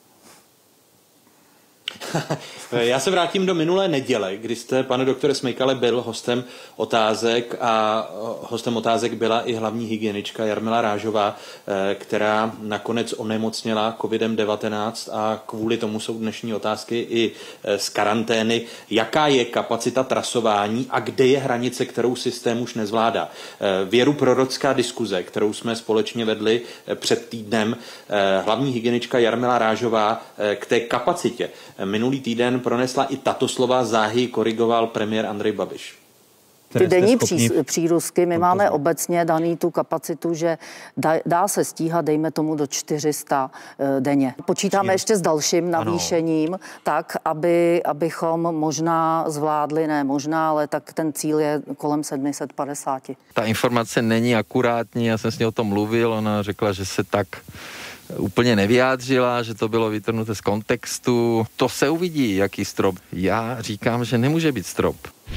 Speaker 1: Já se vrátím do minulé neděle, kdy jste, pane doktore Smejkale, byl hostem otázek a hostem otázek byla i hlavní hygienička Jarmila Rážová, která nakonec onemocněla COVID-19 a kvůli tomu jsou dnešní otázky i z karantény. Jaká je kapacita trasování a kde je hranice, kterou systém už nezvládá? Věru prorocká diskuze, kterou jsme společně vedli před týdnem, hlavní hygienička Jarmila Rážová k té kapacitě minulý týden pronesla i tato slova, záhy korigoval premiér Andrej Babiš.
Speaker 16: Ty denní přírůstky, my máme obecně daný tu kapacitu, že dá se stíhat, dejme tomu, do 400 denně. Počítáme ještě s dalším navýšením, tak, abychom možná zvládli, ne možná, ale tak ten cíl je kolem 750.
Speaker 13: Ta informace není akurátní, já jsem s ní o tom mluvil, ona řekla, že se tak úplně nevyjádřila, že to bylo vytrhnuté z kontextu. To se uvidí, jaký strop. Já říkám, že nemůže být strop.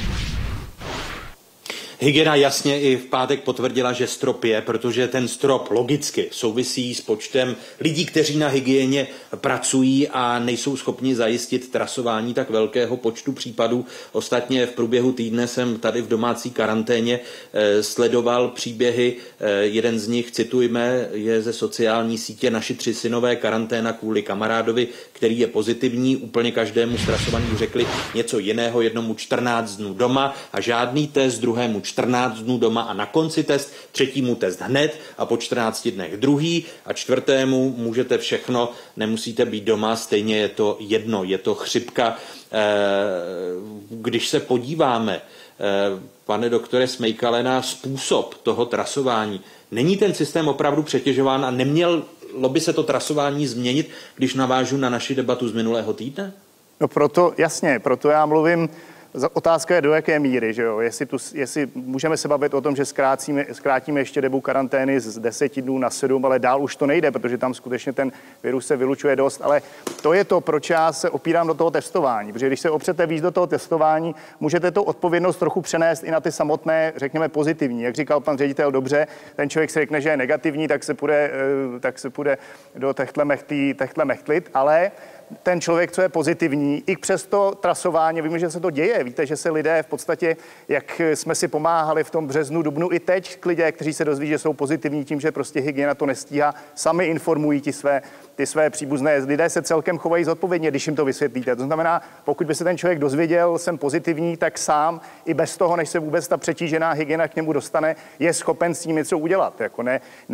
Speaker 1: Hygiena jasně i v pátek potvrdila, že strop je, protože ten strop logicky souvisí s počtem lidí, kteří na hygieně pracují a nejsou schopni zajistit trasování tak velkého počtu případů. Ostatně v průběhu týdne jsem tady v domácí karanténě sledoval příběhy. Jeden z nich, citujme, je ze sociální sítě Naši 3 synové, karanténa kvůli kamarádovi, který je pozitivní. Úplně každému z trasovaných řekli něco jiného, jednomu 14 dnů doma a žádný test, druhému 14 dnů doma a na konci test, třetímu test hned a po 14 dnech druhý a čtvrtému můžete všechno, nemusíte být doma, stejně je to jedno, je to chřipka. Když se podíváme, pane doktore Smejkale, na způsob toho trasování, není ten systém opravdu přetěžován a nemělo by se to trasování změnit, když navážu na naši debatu z minulého týdne?
Speaker 14: No proto já mluvím. Otázka je, do jaké míry, že jo? Jestli můžeme se bavit o tom, že zkrátíme ještě dobu karantény z 10 dnů na 7, ale dál už to nejde, protože tam skutečně ten virus se vylučuje dost, ale to je to, proč já se opírám do toho testování, protože když se opřete víc do toho testování, můžete tu odpovědnost trochu přenést i na ty samotné, řekněme, pozitivní. Jak říkal pan ředitel dobře, ten člověk si řekne, že je negativní, tak se půjde do techtle mechtlit, ale ten člověk, co je pozitivní, i přes to trasování, víme, že se to děje. Víte, že se lidé v podstatě, jak jsme si pomáhali v tom březnu, dubnu, i teď lidé, kteří se dozví, že jsou pozitivní tím, že prostě hygiena to nestíhá, sami informují ty své příbuzné. Lidé se celkem chovají zodpovědně, když jim to vysvětlíte. To znamená, pokud by se ten člověk dozvěděl, jsem pozitivní, tak sám i bez toho, než se vůbec ta přetížená hygiena k němu dostane, je schopen s tím něco udělat. Jako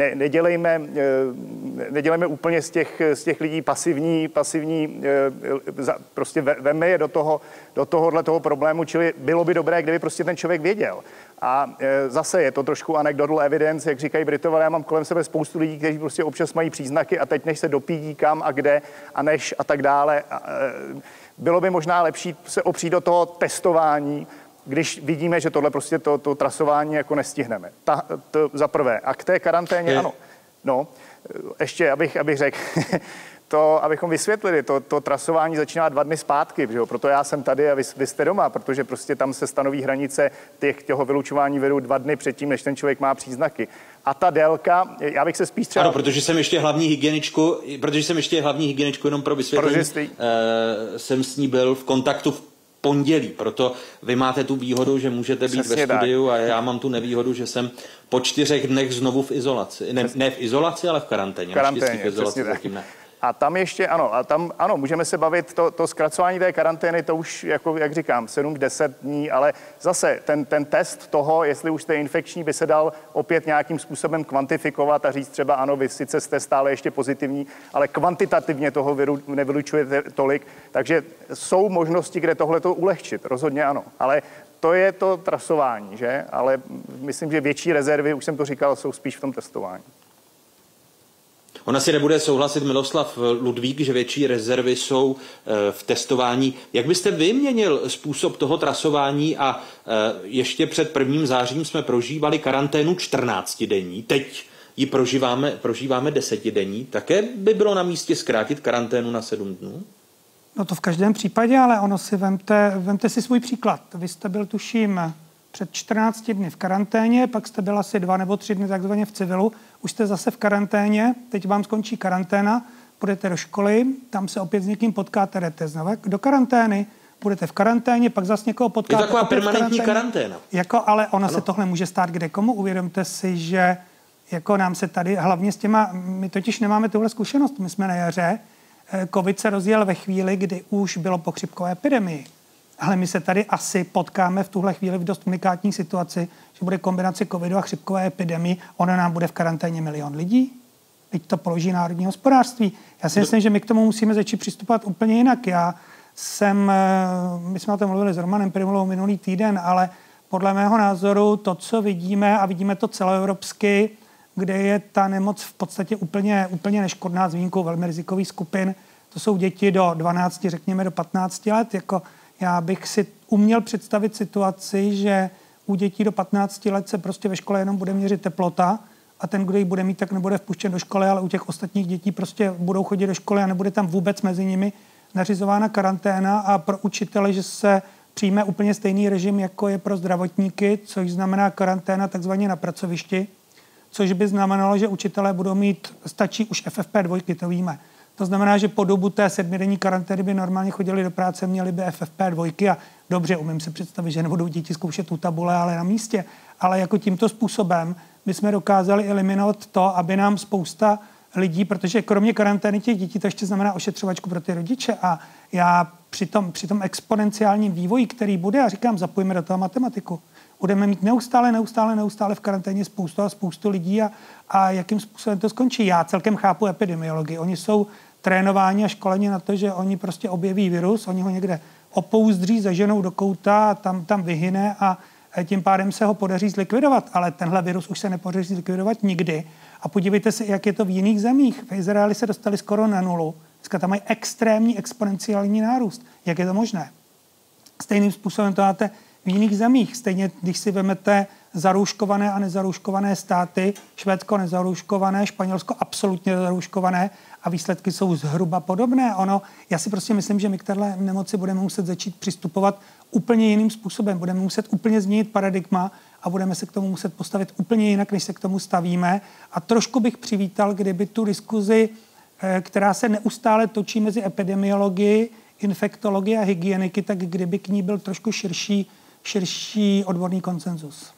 Speaker 14: nedělejme úplně z těch lidí pasivní, prostě veme je do tohohle problému, čili bylo by dobré, kdyby prostě ten člověk věděl. A zase je to trošku anecdotal evidence, jak říkají Britové, já mám kolem sebe spoustu lidí, kteří prostě občas mají příznaky a teď než se dopídí kam a kde a tak dále. Bylo by možná lepší se opřít do toho testování, když vidíme, že tohle prostě to trasování jako nestihneme. To za prvé. A k té karanténě, ano. No, ještě, abych řekl, abychom vysvětlili, to trasování začíná 2 dny zpátky, že jo? Proto já jsem tady a vy jste doma, protože prostě tam se stanoví hranice těho vylučování viru 2 dny předtím, než ten člověk má příznaky. A ta délka, já bych se spíš třeba...
Speaker 1: Ano, protože jsem ještě hlavní hygieničku, jenom pro vysvětlení, jsem s ní byl v kontaktu v pondělí, proto vy máte tu výhodu, že můžete být ve studiu a já mám tu nevýhodu, že jsem po 4 dnech znovu v izolaci. Ne v izolaci, ale v karanténě.
Speaker 14: V karanténě, přesně tak. A tam ještě, ano, můžeme se bavit, to zkracování té karantény, to už, jako, jak říkám, 7-10 dní, ale zase ten test toho, jestli už jste infekční, by se dal opět nějakým způsobem kvantifikovat a říct třeba, ano, vy sice jste stále ještě pozitivní, ale kvantitativně toho viru nevylučujete tolik, takže jsou možnosti, kde tohle to ulehčit, rozhodně ano, ale to je to trasování, že? Ale myslím, že větší rezervy, už jsem to říkal, jsou spíš v tom testování.
Speaker 1: Ona si nebude souhlasit Miloslav Ludvík, že větší rezervy jsou v testování. Jak byste vy měnil způsob toho trasování a ještě před 1. zářím jsme prožívali karanténu 14denní, teď ji prožíváme 10denní. Také by bylo na místě zkrátit karanténu na 7 dnů?
Speaker 15: No to v každém případě, ale ono si vemte si svůj příklad. Vy jste byl, tuším, před 14 dny v karanténě, pak jste byl asi 2 nebo 3 dny takzvaně v civilu, už jste zase v karanténě, teď vám skončí karanténa, půjdete do školy, tam se opět s někým potkáte, jdete znovu do karantény, budete v karanténě, pak zase někoho potkáte.
Speaker 1: Je taková permanentní karanténa.
Speaker 15: Ale ono se tohle může stát kde komu. Uvědomte si, že jako nám se tady, hlavně s těma, my totiž nemáme tuhle zkušenost, my jsme na jaře, covid se rozjel ve chvíli, kdy už bylo po chřipkové epidemii. Ale my se tady asi potkáme v tuhle chvíli v dost unikátní situaci, že bude kombinace covidu a chřipkové epidemii. Ona nám bude v karanténě 1 milion lidí. Teď to položí národní hospodářství. Já si myslím, že my k tomu musíme začít přistupovat úplně jinak. My jsme o tom mluvili s Romanem Primulou minulý týden, ale podle mého názoru to, co vidíme, a vidíme to celoevropsky, kde je ta nemoc v podstatě úplně neškodná, s výjimkou velmi rizikových skupin, to jsou děti do 12, řekněme do 15 let, jako já bych si uměl představit situaci, že u dětí do 15 let se prostě ve škole jenom bude měřit teplota a ten, kdo ji bude mít, tak nebude vpuštěn do školy, ale u těch ostatních dětí prostě budou chodit do školy a nebude tam vůbec mezi nimi nařizována karanténa a pro učitele, že se přijme úplně stejný režim, jako je pro zdravotníky, což znamená karanténa takzvaně na pracovišti, což by znamenalo, že učitelé budou mít, stačí už FFP2, to víme. To znamená, že po dobu té 7denní karantény by normálně chodili do práce, měli by FFP2 a dobře, umím si představit, že nebudou děti zkoušet u tabule, ale na místě. Ale jako tímto způsobem bychom dokázali eliminovat to, aby nám spousta lidí, protože kromě karantény těch dětí to ještě znamená ošetřovačku pro ty rodiče a já při tom exponenciálním vývoji, který bude, a říkám, zapojíme do toho matematiku, budeme mít neustále v karanténě spoustu lidí a jakým způsobem to skončí. Já celkem chápu epidemiologii. Oni jsou trénováni a školeni na to, že oni prostě objeví virus, oni ho někde opouzdří, zaženou do kouta, tam vyhyne a tím pádem se ho podaří zlikvidovat. Ale tenhle virus už se nepodaří zlikvidovat nikdy. A podívejte se, jak je to v jiných zemích. V Izraeli se dostali skoro na nulu. Dneska tam mají extrémní exponenciální nárůst. Jak je to možné? Stejným způsobem to máte v jiných zemích. Stejně, když si vezmete zarouškované a nezarouškované státy, Švédsko nezarouškované, Španělsko absolutně nezarouškované a výsledky jsou zhruba podobné. Já si prostě myslím, že my k téhle nemoci budeme muset začít přistupovat úplně jiným způsobem. Budeme muset úplně změnit paradigma a budeme se k tomu muset postavit úplně jinak, než se k tomu stavíme. A trošku bych přivítal, kdyby tu diskuzi, která se neustále točí mezi epidemiologii, infektologii a hygieniky, tak kdyby k ní byl trošku širší odborný konsenzus.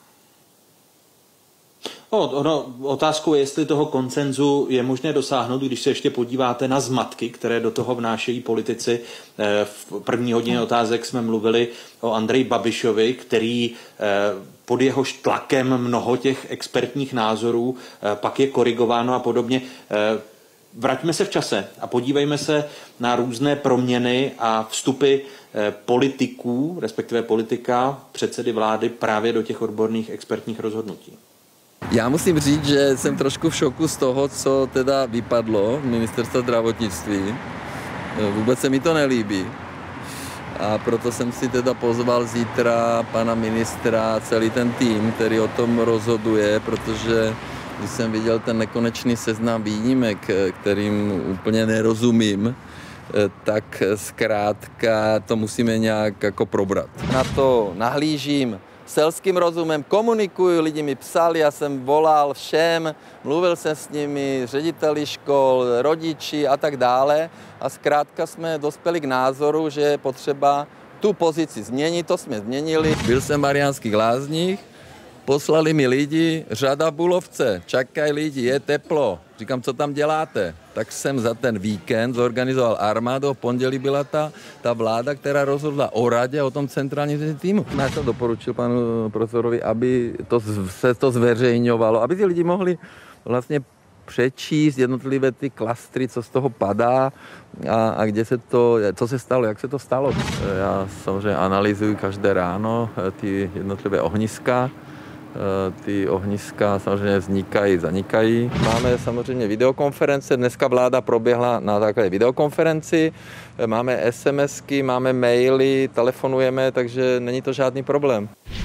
Speaker 1: Otázkou je, jestli toho konsenzu je možné dosáhnout, když se ještě podíváte na zmatky, které do toho vnášejí politici. V první hodině otázek jsme mluvili o Andreji Babišovi, který pod jehož tlakem mnoho těch expertních názorů pak je korigováno a podobně. Vraťme se v čase a podívejme se na různé proměny a vstupy politiků, respektive politika, předsedy vlády právě do těch odborných expertních rozhodnutí.
Speaker 13: Já musím říct, že jsem trošku v šoku z toho, co teda vypadlo ministerstva zdravotnictví. Vůbec se mi to nelíbí. A proto jsem si teda pozval zítra pana ministra, celý ten tým, který o tom rozhoduje, protože když jsem viděl ten nekonečný seznam výjimek, kterým úplně nerozumím, tak zkrátka to musíme nějak jako probrat. Na to nahlížím selským rozumem, komunikuju, lidi mi psali, já jsem volal všem, mluvil jsem s nimi, řediteli škol, rodiči a tak dále a zkrátka jsme dospěli k názoru, že je potřeba tu pozici změnit, to jsme změnili. Byl jsem v Mariánských Lázních, Poslali mi lidi, řada Bulovce, čakají lidi, je teplo. Říkám, co tam děláte? Tak jsem za ten víkend zorganizoval armádu, v pondělí byla ta vláda, která rozhodla o radě, o tom centrálním týmu. Já jsem doporučil panu profesorovi, aby se to zveřejňovalo, aby ty lidi mohli vlastně přečíst jednotlivé ty klastry, co z toho padá a kde se to, co se stalo, jak se to stalo. Já samozřejmě analyzuji každé ráno ty jednotlivé ohniska. Ty ohniska samozřejmě vznikají, zanikají. Máme samozřejmě videokonference, dneska vláda proběhla na základě videokonferenci, máme SMSky, máme maily, telefonujeme, takže není to žádný problém.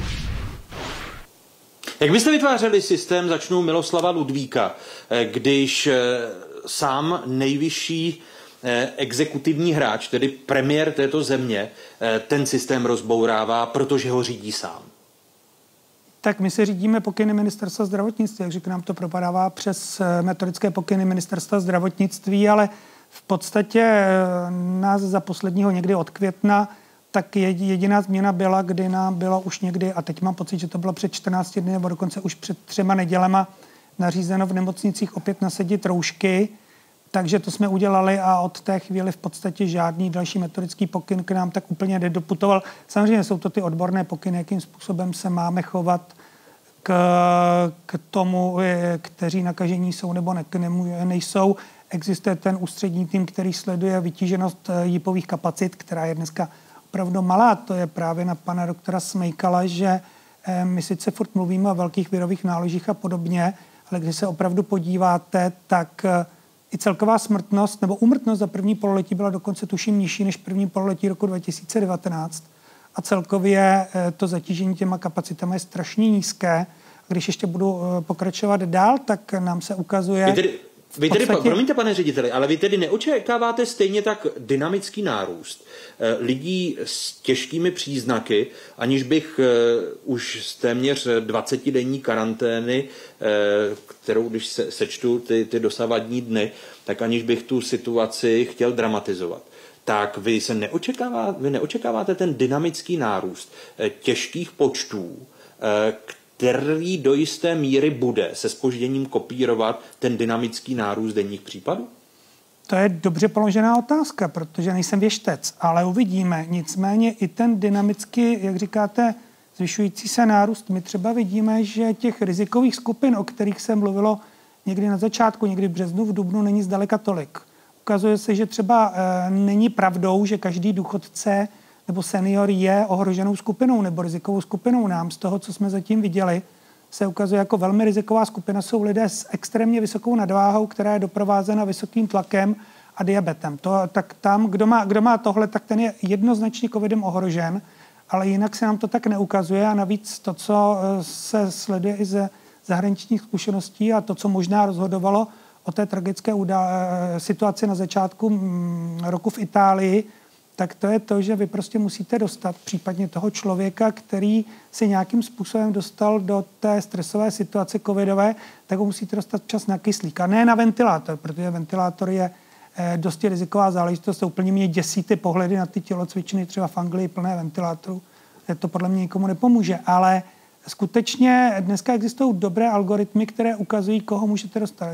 Speaker 1: Jak byste vytvářeli systém, začnu Miloslava Ludvíka, když sám nejvyšší exekutivní hráč, tedy premiér této země, ten systém rozbourává, protože ho řídí sám?
Speaker 15: Tak my se řídíme pokyny ministerstva zdravotnictví, takže k nám to propadává přes metodické pokyny ministerstva zdravotnictví, ale v podstatě nás za posledního někdy od května tak jediná změna byla, kdy nám bylo už někdy, a teď mám pocit, že to bylo před 14 dny nebo dokonce už před 3 nedělema, nařízeno v nemocnicích opět nasadit roušky, takže to jsme udělali a od té chvíli v podstatě žádný další metodický pokyn k nám tak úplně nedoputoval. Samozřejmě jsou to ty odborné pokyny, jakým způsobem se máme chovat k tomu, kteří nakažení jsou nebo nejsou. Existuje ten ústřední tým, který sleduje vytíženost jípových kapacit, která je dneska opravdu malá. To je právě na pana doktora Smejkala, že my sice furt mluvíme o velkých virových náložích a podobně, ale když se opravdu podíváte, tak i celková smrtnost nebo úmrtnost za první pololetí byla dokonce tuším nižší než první pololetí roku 2019. A celkově to zatížení těma kapacitami je strašně nízké. A když ještě budu pokračovat dál, tak nám se ukazuje...
Speaker 1: Vy tedy, promiňte, pane řediteli, ale vy tedy neočekáváte stejně tak dynamický nárůst lidí s těžkými příznaky, aniž bych už z téměř 20denní karantény, kterou když sečtu ty dosavadní dny, tak aniž bych tu situaci chtěl dramatizovat. Tak vy neočekáváte ten dynamický nárůst těžkých počtů, který do jisté míry bude se zpožděním kopírovat ten dynamický nárůst denních případů?
Speaker 15: To je dobře položená otázka, protože nejsem věštec, ale uvidíme. Nicméně i ten dynamicky, jak říkáte, zvyšující se nárůst, my třeba vidíme, že těch rizikových skupin, o kterých se mluvilo někdy na začátku, někdy v březnu, v dubnu, není zdaleka tolik. Ukazuje se, že třeba není pravdou, že každý důchodce nebo senior je ohroženou skupinou nebo rizikovou skupinou. Nám z toho, co jsme zatím viděli, se ukazuje jako velmi riziková skupina. Jsou lidé s extrémně vysokou nadváhou, která je doprovázena vysokým tlakem a diabetem. Tak tam, kdo má tohle, tak ten je jednoznačně covidem ohrožen, ale jinak se nám to tak neukazuje a navíc to, co se sleduje i ze zahraničních zkušeností a to, co možná rozhodovalo o té tragické situaci na začátku roku v Itálii, tak to je to, že vy prostě musíte dostat případně toho člověka, který se nějakým způsobem dostal do té stresové situace covidové, tak ho musíte dostat čas na kyslík. A ne na ventilátor, protože ventilátor je dosti riziková záležitost. Úplně mě děsí ty pohledy na ty tělocvičny, třeba v Anglii plné ventilátorů. To podle mě nikomu nepomůže, ale skutečně dneska existují dobré algoritmy, které ukazují, koho můžete dostat,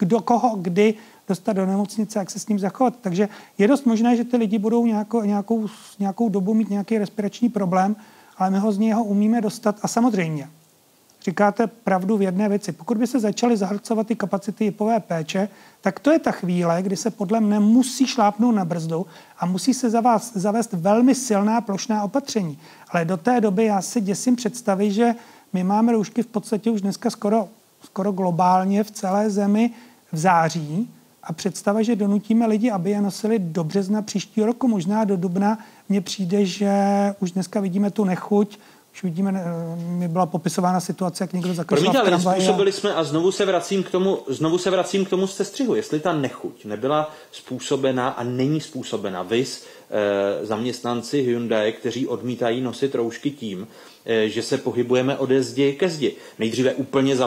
Speaker 15: kdy dostat do nemocnice, jak se s ním zachovat. Takže je dost možné, že ty lidi budou nějakou dobu mít nějaký respirační problém, ale my ho z něho umíme dostat. A samozřejmě, říkáte pravdu v jedné věci. Pokud by se začaly zahlcovat ty kapacity jipové péče, tak to je ta chvíle, kdy se podle mne musí šlápnout na brzdu a musí se za vás zavést velmi silná plošná opatření. Ale do té doby já si děsím představit, že my máme roušky v podstatě už dneska skoro globálně v celé zemi v září a představa, že donutíme lidi, aby je nosili do března příštího roku, možná do dubna, mně přijde, že už dneska vidíme tu nechuť. Už vidíme, mi byla popisována situace, jak někdo zakročil v tramvaji.
Speaker 1: Způsobili jsme a znovu se vracím k tomu sestřihu. Jestli ta nechuť nebyla způsobena a není způsobena viz zaměstnanci Hyundai, kteří odmítají nosit roušky tím, že se pohybujeme ode zdi ke zdi. Nejdříve úplně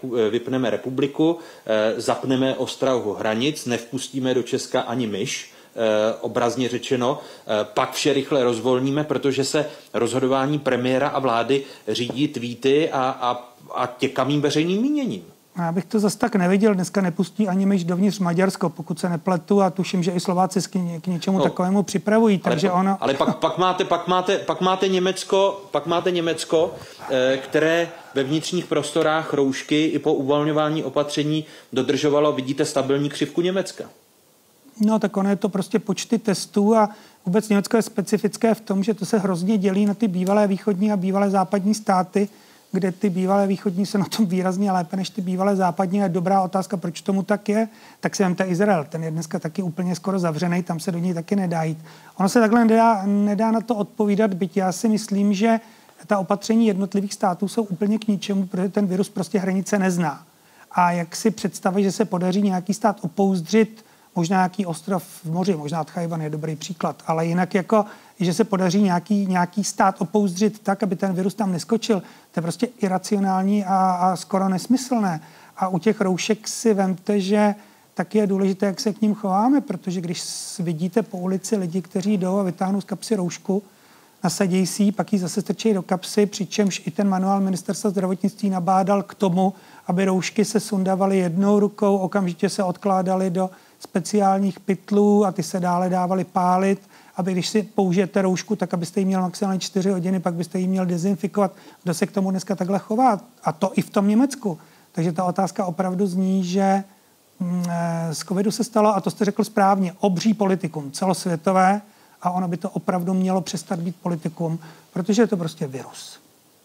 Speaker 1: vypneme republiku, zapneme ostrahu hranic, nevpustíme do Česka ani myš, obrazně řečeno, pak vše rychle rozvolníme, protože se rozhodování premiéra a vlády řídí tweety a těkavým veřejným míněním.
Speaker 15: Já bych to zase tak neviděl. Dneska nepustí ani myš dovnitř Maďarsko, pokud se nepletu, a tuším, že i Slováci k něčemu takovému připravují. Takže
Speaker 1: ale pak máte Německo, které ve vnitřních prostorách roušky i po uvolňování opatření dodržovalo, vidíte, stabilní křivku Německa.
Speaker 15: No tak ono je to prostě počty testů a vůbec Německo je specifické v tom, že to se hrozně dělí na ty bývalé východní a bývalé západní státy, kde ty bývalé východní jsou na tom výrazně lépe než ty bývalé západní. A dobrá otázka, proč tomu tak je, tak si vemte Izrael. Ten je dneska taky úplně skoro zavřený, tam se do něj taky nedá jít. Ono se takhle nedá na to odpovídat, byť já si myslím, že ta opatření jednotlivých států jsou úplně k ničemu, protože ten virus prostě hranice nezná. A jak si představit, že se podaří nějaký stát opouzdřit, možná nějaký ostrov v moři, možná Tchaj-wan je dobrý příklad, ale jinak jako, že se podaří nějaký stát opouzdřit tak, aby ten virus tam neskočil, to je prostě iracionální a skoro nesmyslné. A u těch roušek si vemte, že taky je důležité, jak se k ním chováme, protože když vidíte po ulici lidi, kteří jdou a vytáhnou z kapsy roušku, nasadějí si ji, pak ji zase strčí do kapsy, přičemž i ten manuál ministerstva zdravotnictví nabádal k tomu, aby roušky se sundavaly jednou rukou, okamžitě se odkládaly do speciálních pytlů a ty se dále dávaly pálit, aby když si použijete roušku, tak abyste ji měl maximálně 4 hodiny, pak byste ji měl dezinfikovat. Kdo se k tomu dneska takhle chová? A to i v tom Německu. Takže ta otázka opravdu zní, že z covidu se stalo, a to jste řekl správně, obří politikum celosvětové a ono by to opravdu mělo přestat být politikum, protože je to prostě virus.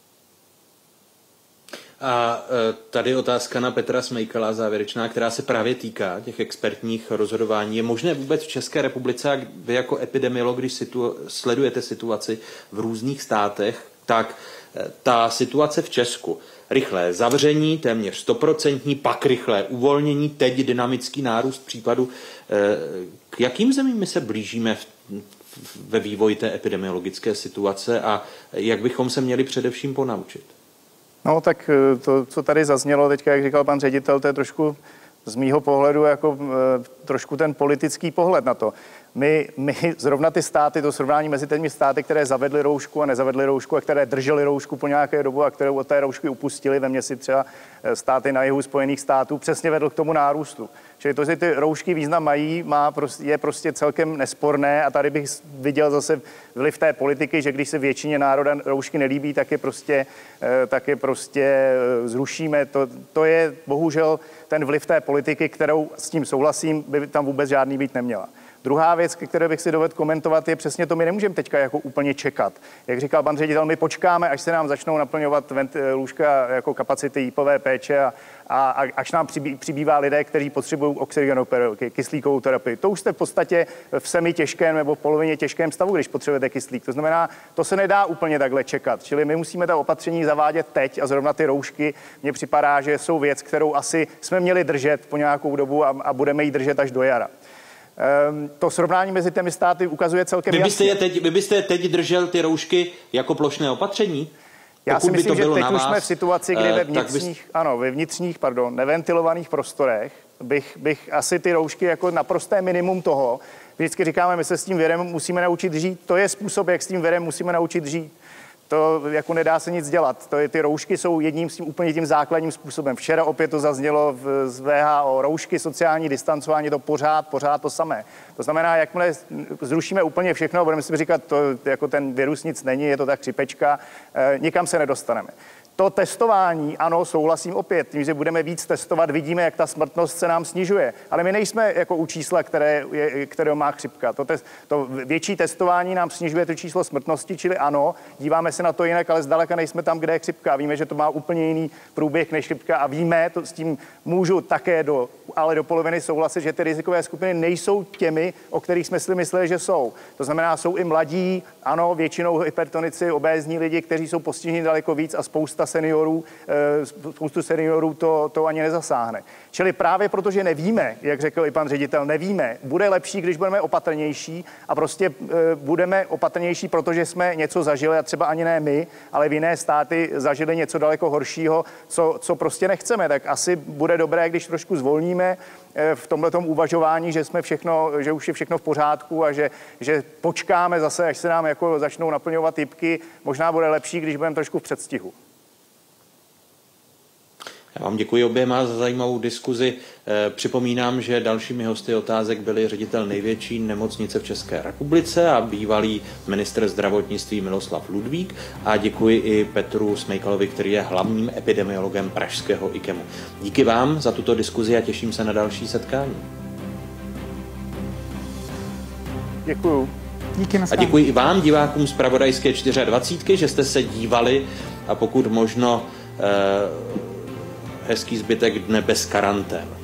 Speaker 1: A tady otázka na Petra Smejkala závěrečná, která se právě týká těch expertních rozhodování. Je možné vůbec v České republice, a vy jako epidemiolog, když sledujete situaci v různých státech, tak ta situace v Česku, rychlé zavření, téměř 100%, pak rychlé uvolnění, teď dynamický nárůst případů. K jakým zemím my se blížíme ve vývoji té epidemiologické situace a jak bychom se měli především ponaučit?
Speaker 14: No tak to, co tady zaznělo teďka, jak říkal pan ředitel, to je trošku z mýho pohledu jako trošku ten politický pohled na to. My zrovna ty státy, to srovnání mezi těmi státy, které zavedly roušku a nezavedly roušku a které držely roušku po nějaké dobu a které od té roušky upustily, vem si třeba státy na jihu Spojených států, přesně vedl k tomu nárůstu. Čili to, že ty roušky význam mají, je prostě celkem nesporné a tady bych viděl zase vliv té politiky, že když se většině národa roušky nelíbí, tak je prostě zrušíme. To je bohužel ten vliv té politiky, kterou s tím souhlasím, by tam vůbec žádný být neměla. Druhá věc, které bych si dovedl komentovat, je přesně to, my nemůžeme teďka jako úplně čekat. Jak říkal pan ředitel, my počkáme, až se nám začnou naplňovat lůžka jako kapacity jípové péče a až nám přibývá lidé, kteří potřebují oxygenoterapii, kyslíkovou terapii. To už jste v podstatě v semi-těžkém nebo v polovině těžkém stavu, když potřebujete kyslík. To znamená, to se nedá úplně takhle čekat. Čili my musíme ta opatření zavádět teď a zrovna ty roušky mně připadá, že jsou věc, kterou asi jsme měli držet po nějakou dobu a budeme ji držet až do jara. To srovnání mezi těmi státy ukazuje celkem jasně.
Speaker 1: Vy byste je teď držel ty roušky jako plošné opatření?
Speaker 14: Já si myslím, že teď už jsme v situaci, kdy ve vnitřních, neventilovaných prostorech bych asi ty roušky jako naprosté minimum toho. Vždycky říkáme, my se s tím virem musíme naučit žít. To je způsob, jak s tím virem musíme naučit žít. To jako nedá se nic dělat. Ty roušky jsou jedním s tím úplně tím základním způsobem. Včera opět to zaznělo z WHO. Roušky, sociální distancování, to pořád to samé. To znamená, jakmile zrušíme úplně všechno, budeme si říkat, to jako ten virus nic není, je to tak chřipečka, nikam se nedostaneme. To testování, ano, souhlasím opět, tím, že budeme víc testovat, vidíme, jak ta smrtnost se nám snižuje. Ale my nejsme jako u čísla, které má chřipka. To větší testování nám snižuje to číslo smrtnosti, čili ano, díváme se na to jinak, ale zdaleka nejsme tam, kde je chřipka. Víme, že to má úplně jiný průběh než chřipka a víme, to s tím můžu také ale do poloviny souhlasit, že ty rizikové skupiny nejsou těmi, o kterých jsme si mysleli, že jsou. To znamená, jsou i mladí, ano, většinou hypertonici, obézní lidi, kteří jsou postiženi daleko víc a spoustu seniorů to ani nezasáhne. Čili právě protože nevíme, jak řekl i pan ředitel, nevíme, bude lepší, když budeme opatrnější a prostě budeme opatrnější, protože jsme něco zažili a třeba ani ne my, ale v jiné státy zažili něco daleko horšího, co prostě nechceme. Tak asi bude dobré, když trošku zvolníme skončíme v tomhletom uvažování, že už je všechno v pořádku a že počkáme zase, až se nám jako začnou naplňovat jipky. Možná bude lepší, když budeme trošku v předstihu.
Speaker 1: Já vám děkuji oběma za zajímavou diskuzi. Připomínám, že dalšími hosty otázek byli ředitel největší nemocnice v České republice a bývalý ministr zdravotnictví Miloslav Ludvík, a děkuji i Petru Smejkalovi, který je hlavním epidemiologem pražského IKEMu. Díky vám za tuto diskuzi a těším se na další setkání.
Speaker 14: Děkuju.
Speaker 15: Díky,
Speaker 1: a děkuji i vám, divákům z Pravodajské 24, že jste se dívali, a pokud možno hezký zbytek dne bez karantén.